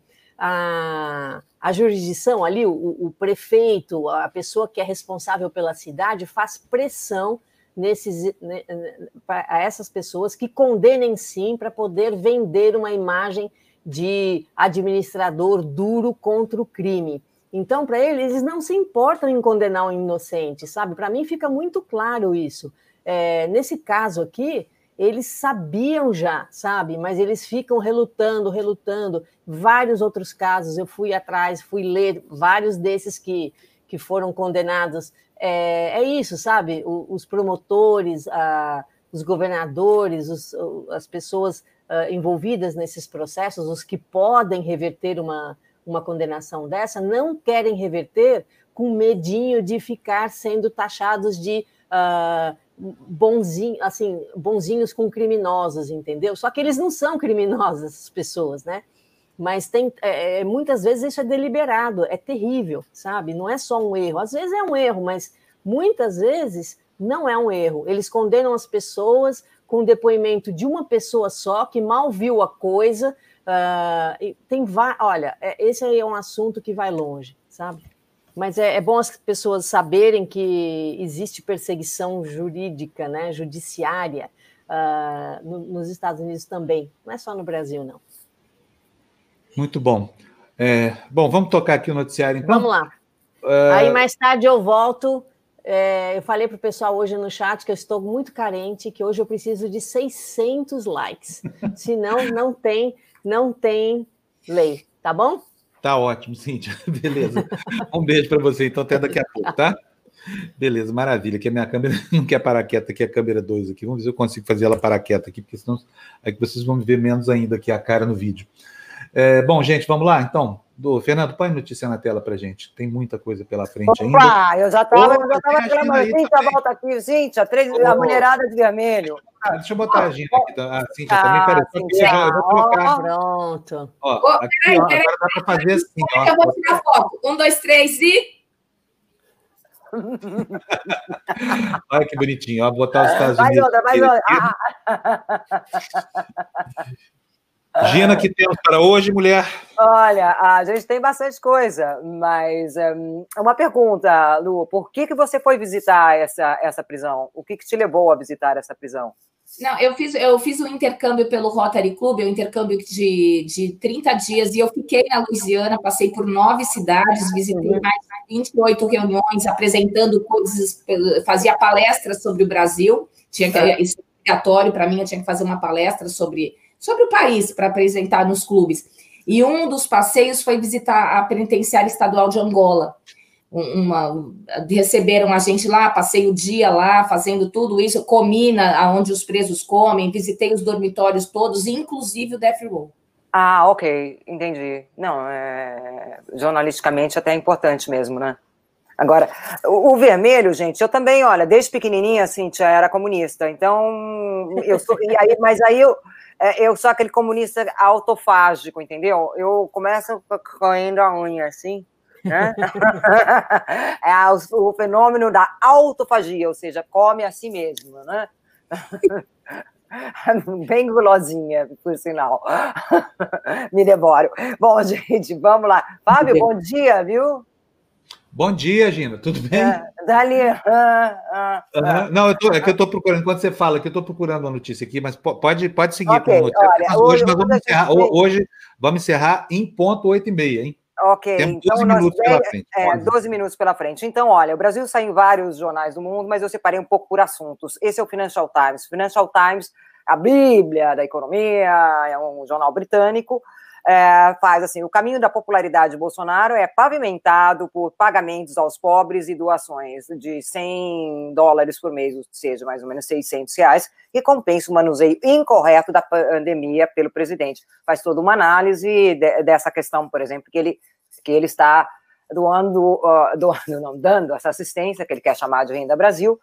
a jurisdição ali, o prefeito, a pessoa que é responsável pela cidade, faz pressão a essas pessoas que condenem sim para poder vender uma imagem de administrador duro contra o crime. Então, para eles não se importam em condenar um inocente, sabe? Para mim fica muito claro isso. Nesse caso aqui, eles sabiam já, sabe? Mas eles ficam relutando. Vários outros casos, eu fui atrás, fui ler vários desses que foram condenados. É isso, sabe? Os promotores, os governadores, as pessoas envolvidas nesses processos, os que podem reverter uma condenação dessa, não querem reverter com medinho de ficar sendo taxados de bonzinhos com criminosos, entendeu? Só que eles não são criminosos, essas pessoas, né? Mas muitas vezes isso é deliberado, é terrível, sabe? Não é só um erro. Às vezes é um erro, mas muitas vezes não é um erro. Eles condenam as pessoas com o depoimento de uma pessoa só, que mal viu a coisa. Olha, esse aí é um assunto que vai longe, sabe? Mas é bom as pessoas saberem que existe perseguição jurídica, né, judiciária, nos Estados Unidos também. Não é só no Brasil, não. Muito bom. Bom, vamos tocar aqui o noticiário, então? Vamos lá. Aí mais tarde eu volto. Eu falei para o pessoal hoje no chat que eu estou muito carente, que hoje eu preciso de 600 likes. Senão, não tem lei, tá bom? Tá ótimo, Cíntia. Beleza. Um beijo para você, então, até daqui a pouco, tá? Beleza, maravilha. Que a minha câmera não quer parar quieta aqui, a câmera 2 aqui. Vamos ver se eu consigo fazer ela parar quieta aqui, porque senão é que vocês vão ver menos ainda aqui a cara no vídeo. Bom, gente, vamos lá, então. Fernando, põe notícia na tela pra gente. Tem muita coisa pela frente ainda. Opa, eu já estava reclamando. Cíntia, volta aqui, Cíntia, a mulherada de vermelho. Deixa eu botar a agenda aqui. A Cíntia também, peraí. Eu vou colocar. Pronto. Aqui, agora dá para fazer assim. Eu vou tirar foto. 1, 2, 3 e... Olha que bonitinho. Vou botar os Estados Unidos. Mais outra. Gina, que temos para hoje, mulher? Olha, a gente tem bastante coisa, mas uma pergunta, Lu, por que você foi visitar essa prisão? O que te levou a visitar essa prisão? Não, eu fiz um intercâmbio pelo Rotary Club, um intercâmbio de 30 dias, e eu fiquei na Louisiana, passei por 9 cidades, visitei mais de 28 reuniões, apresentando coisas, fazia palestras sobre o Brasil, isso é obrigatório para mim, eu tinha que fazer uma palestra sobre o país, para apresentar nos clubes. E um dos passeios foi visitar a penitenciária estadual de Angola. Receberam a gente lá, passei o dia lá, fazendo tudo isso, comi onde os presos comem, visitei os dormitórios todos, inclusive o Death Row. Ah, ok, entendi. Não, jornalisticamente até é importante mesmo, né? Agora, o vermelho, gente, eu também, olha, desde pequenininha, Cíntia, era comunista, então, mas aí eu sou aquele comunista autofágico, entendeu? Eu começo coendo a unha, assim, né? O fenômeno da autofagia, ou seja, come a si mesmo, né? Bem gulosinha, por sinal. Me devoro. Bom, gente, vamos lá. Fábio, bom dia, viu? Bom dia, Gina, tudo bem? Dali. Não, é que eu estou procurando, enquanto você fala, que eu estou procurando uma notícia aqui, mas pode seguir okay, com a notícia. Olha, mas hoje nós vamos encerrar, hoje vamos encerrar em ponto 8h30, hein? Ok, temos então 12 minutos pela frente. 12 minutos pela frente. Então, olha, o Brasil sai em vários jornais do mundo, mas eu separei um pouco por assuntos. Esse é o Financial Times. Financial Times, a bíblia da economia, é um jornal britânico, faz assim, o caminho da popularidade de Bolsonaro é pavimentado por pagamentos aos pobres e doações de $100 por mês, ou seja, mais ou menos R$600, que compensa o manuseio incorreto da pandemia pelo presidente. Faz toda uma análise dessa questão, por exemplo, que ele está dando essa assistência, que ele quer chamar de Renda Brasil,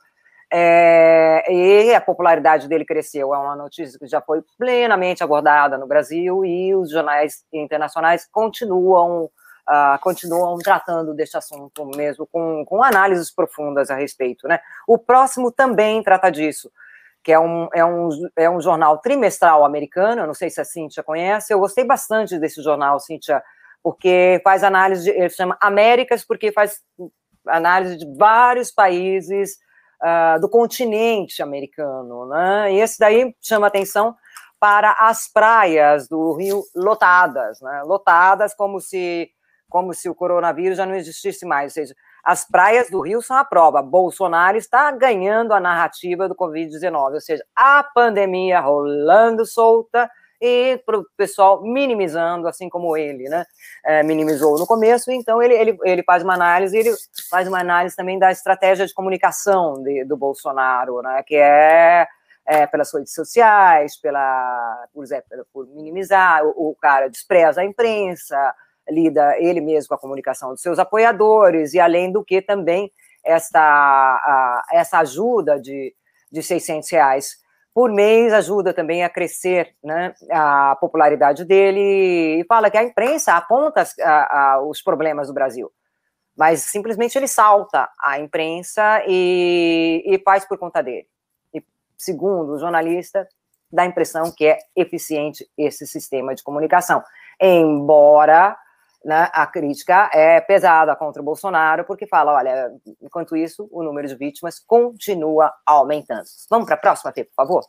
e a popularidade dele cresceu. É uma notícia que já foi plenamente abordada no Brasil e os jornais internacionais continuam tratando deste assunto mesmo, com análises profundas a respeito, né? O próximo também trata disso, que é um jornal trimestral americano. Eu não sei se a Cíntia conhece. Eu gostei bastante desse jornal, Cíntia, porque faz análise, ele chama Américas, porque faz análise de vários países do continente americano, né? E esse daí chama atenção para as praias do Rio lotadas, né? Lotadas como se o coronavírus já não existisse mais, ou seja, as praias do Rio são a prova. Bolsonaro está ganhando a narrativa do Covid-19, ou seja, a pandemia rolando solta e para o pessoal minimizando, assim como ele, né? Minimizou no começo. Então ele faz uma análise, também da estratégia de comunicação do Bolsonaro, né? Que pelas redes sociais, por minimizar, o cara despreza a imprensa, lida ele mesmo com a comunicação dos seus apoiadores, e além do que também essa ajuda de R$600 por mês ajuda também a crescer, né, a popularidade dele, e fala que a imprensa aponta os problemas do Brasil, mas simplesmente ele salta a imprensa e faz por conta dele. E, segundo o jornalista, dá a impressão que é eficiente esse sistema de comunicação, embora, né, a crítica é pesada contra o Bolsonaro, porque fala, olha, enquanto isso, o número de vítimas continua aumentando. Vamos para a próxima, Fê, por favor?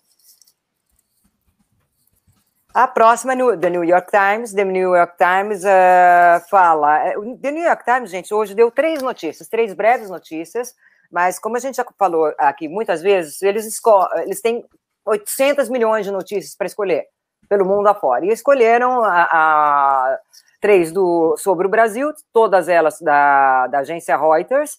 A próxima é The New York Times. The New York Times fala... The New York Times, gente, hoje deu 3 breves notícias, mas como a gente já falou aqui muitas vezes, eles têm 800 milhões de notícias para escolher pelo mundo afora, e escolheram 3 sobre o Brasil, todas elas da agência Reuters,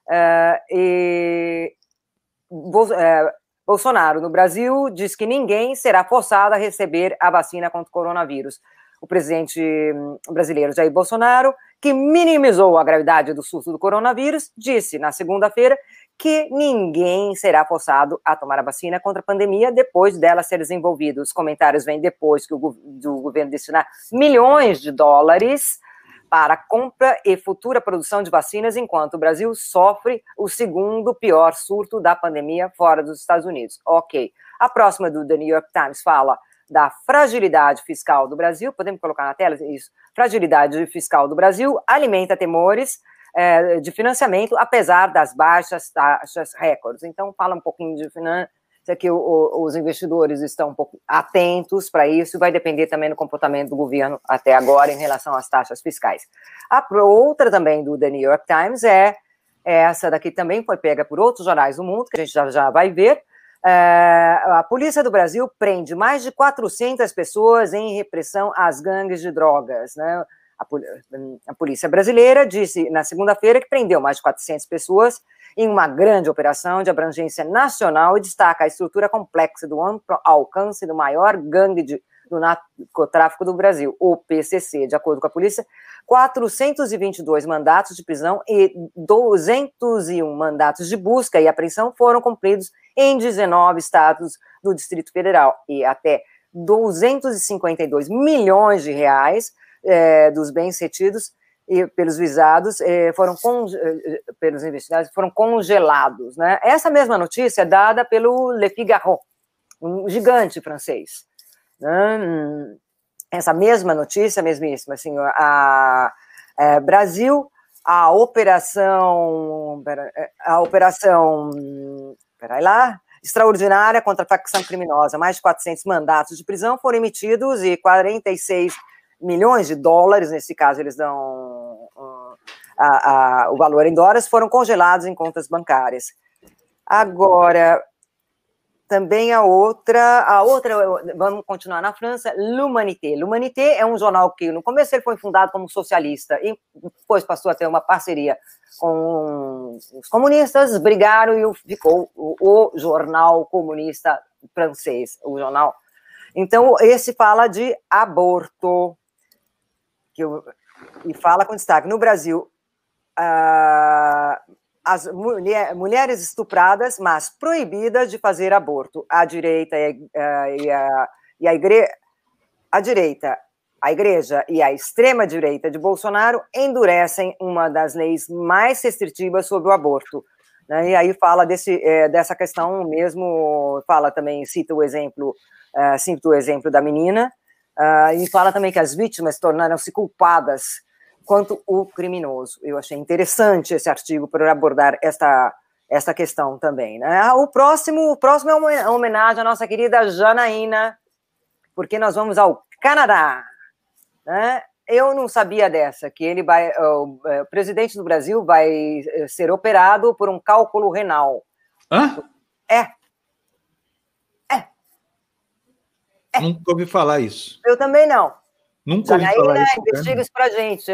Bolsonaro, no Brasil, diz que ninguém será forçado a receber a vacina contra o coronavírus. O presidente brasileiro Jair Bolsonaro, que minimizou a gravidade do surto do coronavírus, disse na segunda-feira que ninguém será forçado a tomar a vacina contra a pandemia depois dela ser desenvolvida. Os comentários vêm depois que do governo destinar milhões de dólares para a compra e futura produção de vacinas, enquanto o Brasil sofre o segundo pior surto da pandemia fora dos Estados Unidos. Ok. A próxima do The New York Times fala da fragilidade fiscal do Brasil, podemos colocar na tela isso, fragilidade fiscal do Brasil alimenta temores de financiamento, apesar das baixas taxas recordes. Então, fala um pouquinho de finanças, que os investidores estão um pouco atentos para isso, vai depender também do comportamento do governo até agora em relação às taxas fiscais. A outra também do The New York Times essa daqui também foi pega por outros jornais do mundo, que a gente já vai ver. A Polícia do Brasil prende mais de 400 pessoas em repressão às gangues de drogas, né? A Polícia Brasileira disse na segunda-feira que prendeu mais de 400 pessoas em uma grande operação de abrangência nacional e destaca a estrutura complexa do amplo alcance do maior gangue do narcotráfico do Brasil, o PCC. De acordo com a polícia, 422 mandatos de prisão e 201 mandatos de busca e apreensão foram cumpridos em 19 estados do Distrito Federal e até 252 milhões de reais dos bens retidos e pelos visados pelos investigados foram congelados, né? Essa mesma notícia é dada pelo Le Figaro, um gigante francês, né? Essa mesma notícia, mesmíssima, assim, Brasil, a operação extraordinária contra a facção criminosa, mais de 400 mandatos de prisão foram emitidos e 46 milhões de dólares, nesse caso eles dão o valor em dólares, foram congelados em contas bancárias. Agora, também a outra, vamos continuar na França, L'Humanité. L'Humanité é um jornal que no começo ele foi fundado como socialista e depois passou a ter uma parceria com os comunistas, brigaram e ficou o jornal comunista francês, o jornal. Então, esse fala de aborto, e fala com destaque. No Brasil, as mulheres estupradas, mas proibidas de fazer aborto. A direita a igreja e a extrema-direita de Bolsonaro endurecem uma das leis mais restritivas sobre o aborto. Né? E aí fala dessa questão mesmo, fala também, cita o exemplo da menina, e fala também que as vítimas tornaram-se culpadas quanto o criminoso. Eu achei interessante esse artigo para abordar esta questão também. Né? O próximo é uma homenagem à nossa querida Janaína, porque nós vamos ao Canadá. Né? Eu não sabia dessa, que o presidente do Brasil vai ser operado por um cálculo renal. Hã? É. Nunca ouvi falar isso. Eu também não. Nunca ouvi falar isso. Investiga isso pra gente.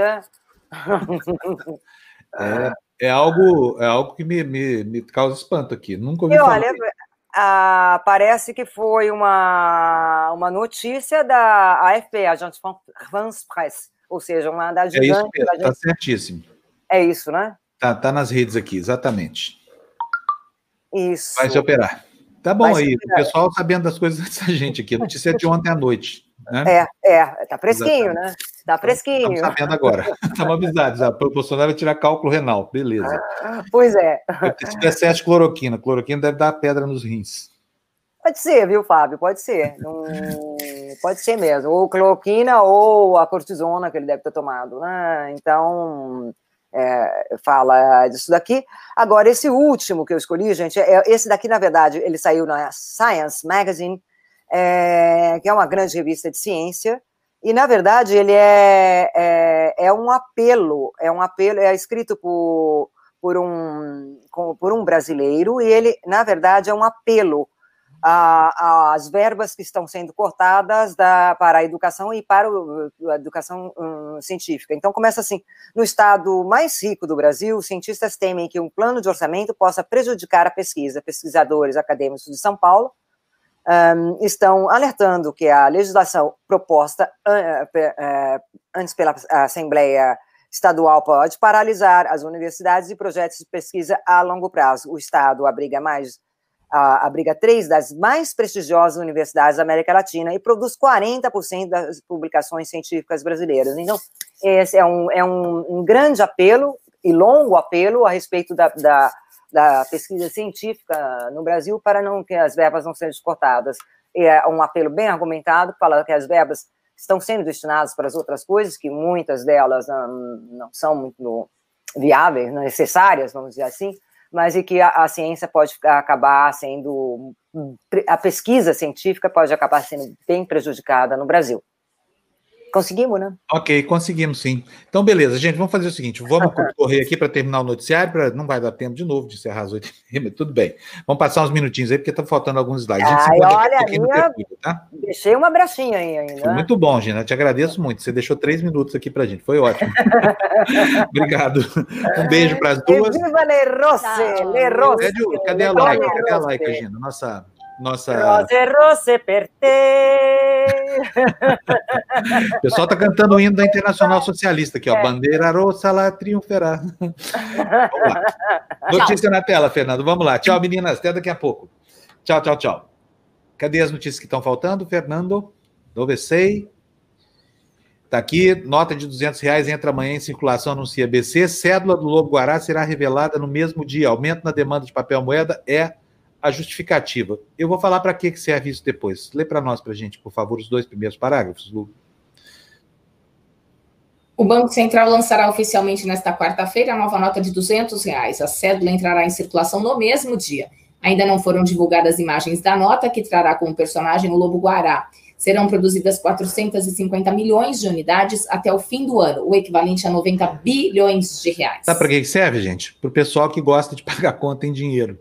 É algo que me causa espanto aqui. Nunca ouvi falar isso. Parece que foi uma notícia da AFP, Agence France Presse, ou seja, uma das gigantes. É isso mesmo, está certíssimo. É isso, né? Tá nas redes aqui, exatamente. Isso. Vai se operar. Tá bom aí, o pessoal sabendo das coisas dessa gente aqui. A notícia é de ontem à noite. Né? Tá fresquinho, né? Tá fresquinho. Estamos sabendo agora. Estamos avisados. O Bolsonaro vai tirar cálculo renal. Beleza. Pois é. Se tiver excesso de cloroquina deve dar pedra nos rins. Pode ser, viu, Fábio? Pode ser. Pode ser mesmo. Ou cloroquina ou a cortisona que ele deve ter tomado, né? Então, fala disso daqui. Agora, esse último que eu escolhi, gente, esse daqui, na verdade, ele saiu na Science Magazine, que é uma grande revista de ciência, e, na verdade, ele é um apelo, é escrito por um brasileiro, e ele, na verdade, é um apelo às verbas que estão sendo cortadas para a educação e para a educação científica. Então, começa assim: no estado mais rico do Brasil, os cientistas temem que um plano de orçamento possa prejudicar a pesquisa. Pesquisadores acadêmicos de São Paulo estão alertando que a legislação proposta antes pela Assembleia Estadual pode paralisar as universidades e projetos de pesquisa a longo prazo. O Estado abriga 3 das mais prestigiosas universidades da América Latina e produz 40% das publicações científicas brasileiras. Então, esse é um grande apelo e longo apelo a respeito da pesquisa científica no Brasil para que as verbas não sejam cortadas. um apelo bem argumentado, que fala que as verbas estão sendo destinadas para as outras coisas, que muitas delas não são muito viáveis, não necessárias, vamos dizer assim, mas e que a ciência pode acabar sendo, a pesquisa científica pode acabar sendo bem prejudicada no Brasil. Conseguimos, né? Ok, conseguimos sim. Então, beleza, gente, vamos fazer o seguinte, vamos correr aqui para terminar o noticiário, não vai dar tempo de novo de encerrar às 8h30, mas tudo bem. Vamos passar uns minutinhos aí, porque está faltando alguns slides. Olha, tá? Deixei uma brechinha aí ainda. Foi muito bom, Gina, eu te agradeço muito, você deixou 3 minutos aqui para a gente, foi ótimo. Obrigado. Um beijo para as duas. Viva Le Rose, Le Rose. Cadê a like? Cadê a like, Gina? Nossa... Rose per te. O pessoal está cantando o hino da Internacional Socialista aqui, ó. Bandeira rossa lá triunfará. Vamos lá. Notícia na tela, Fernando. Vamos lá. Tchau, meninas. Até daqui a pouco. Tchau, tchau, tchau. Cadê as notícias que estão faltando, Fernando? Dovecei. Está aqui. Nota de R$200 entra amanhã em circulação, anuncia BC. Cédula do Lobo Guará será revelada no mesmo dia. Aumento na demanda de papel moeda é a justificativa. Eu vou falar para que serve isso depois. Lê para nós, para a gente, por favor, os 2 primeiros parágrafos, Lu. O Banco Central lançará oficialmente nesta quarta-feira a nova nota de R$200. A cédula entrará em circulação no mesmo dia. Ainda não foram divulgadas imagens da nota, que trará como personagem o Lobo Guará. Serão produzidas 450 milhões de unidades até o fim do ano, o equivalente a 90 bilhões de reais. Sabe para que serve, gente? Para o pessoal que gosta de pagar conta em dinheiro.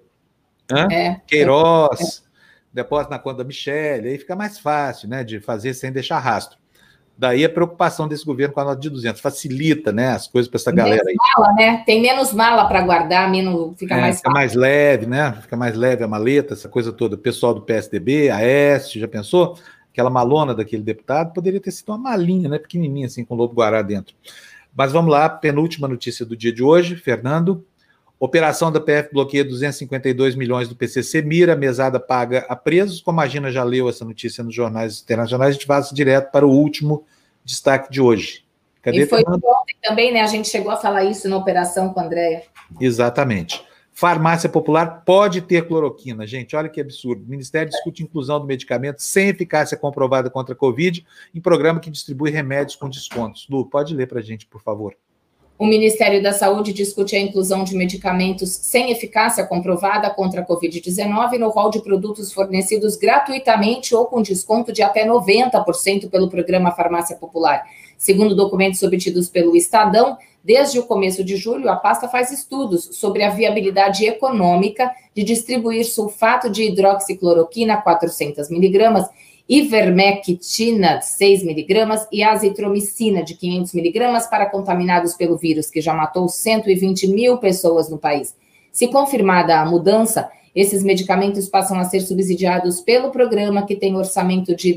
Queiroz, depósito na conta da Michele, aí fica mais fácil, né, de fazer sem deixar rastro. Daí a preocupação desse governo com a nota de 200, facilita, né, as coisas para essa galera aí. Mala, né? Tem menos mala para guardar, fica mais fácil. Fica mais leve, né, fica mais leve a maleta, essa coisa toda. O pessoal do PSDB, Aécio, já pensou? Aquela malona daquele deputado poderia ter sido uma malinha, né, pequenininha assim, com o Lobo Guará dentro. Mas vamos lá, penúltima notícia do dia de hoje, Fernando. Operação da PF bloqueia 252 milhões do PCC, mira, mesada paga a presos. Como a Gina já leu essa notícia nos jornais internacionais, a gente vai direto para o último destaque de hoje. Cadê, e foi ontem também, né? A gente chegou a falar isso na operação com a Andréia. Exatamente. Farmácia Popular pode ter cloroquina. Gente, olha que absurdo. O Ministério discute inclusão do medicamento sem eficácia comprovada contra a Covid em programa que distribui remédios com descontos. Lu, pode ler para a gente, por favor. O Ministério da Saúde discute a inclusão de medicamentos sem eficácia comprovada contra a Covid-19 no rol de produtos fornecidos gratuitamente ou com desconto de até 90% pelo programa Farmácia Popular. Segundo documentos obtidos pelo Estadão, desde o começo de julho, a pasta faz estudos sobre a viabilidade econômica de distribuir sulfato de hidroxicloroquina 400 miligramas, ivermectina, 6 miligramas, e azitromicina, de 500 miligramas, para contaminados pelo vírus, que já matou 120 mil pessoas no país. Se confirmada a mudança, esses medicamentos passam a ser subsidiados pelo programa, que tem orçamento de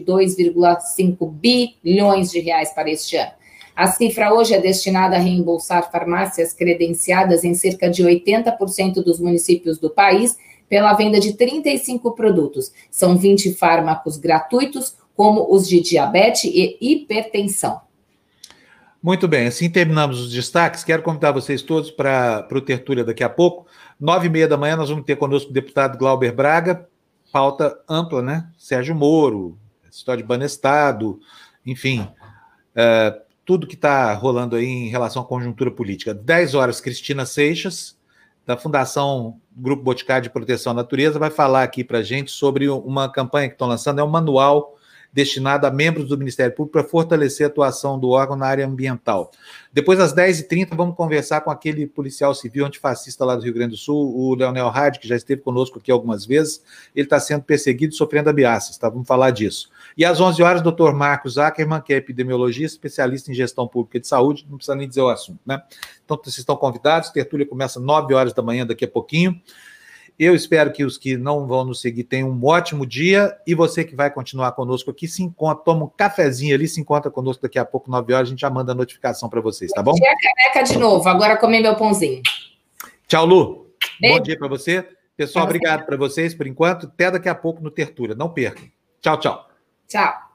2,5 bilhões de reais para este ano. A cifra hoje é destinada a reembolsar farmácias credenciadas em cerca de 80% dos municípios do país, pela venda de 35 produtos. São 20 fármacos gratuitos, como os de diabetes e hipertensão. Muito bem, assim terminamos os destaques. Quero convidar vocês todos para o Tertúlia daqui a pouco. 9h30 da manhã nós vamos ter conosco o deputado Glauber Braga, pauta ampla, né? Sérgio Moro, história de Banestado, enfim, tudo que está rolando aí em relação à conjuntura política. 10 horas, Cristina Seixas, da Fundação Grupo Boticário de Proteção à Natureza, vai falar aqui para a gente sobre uma campanha que estão lançando, é um manual destinado a membros do Ministério Público para fortalecer a atuação do órgão na área ambiental. Depois, às 10h30, vamos conversar com aquele policial civil antifascista lá do Rio Grande do Sul, o Leonel Hard, que já esteve conosco aqui algumas vezes. Ele está sendo perseguido e sofrendo ameaças, tá? Vamos falar disso. E às 11 horas, o Dr. Marcos Ackermann, que é epidemiologista, especialista em gestão pública de saúde, não precisa nem dizer o assunto, né? Então, vocês estão convidados, a tertúlia começa às 9 horas da manhã, daqui a pouquinho. Eu espero que os que não vão nos seguir tenham um ótimo dia, e você que vai continuar conosco aqui, se encontra, toma um cafezinho ali, se encontra conosco daqui a pouco, 9 horas, a gente já manda a notificação para vocês, tá bom? E a caneca de novo, agora comer meu pãozinho. Tchau, Lu. Bom dia para você. Pessoal, obrigado para vocês por enquanto. Até daqui a pouco no Tertúlia. Não percam. Tchau, tchau. Tchau.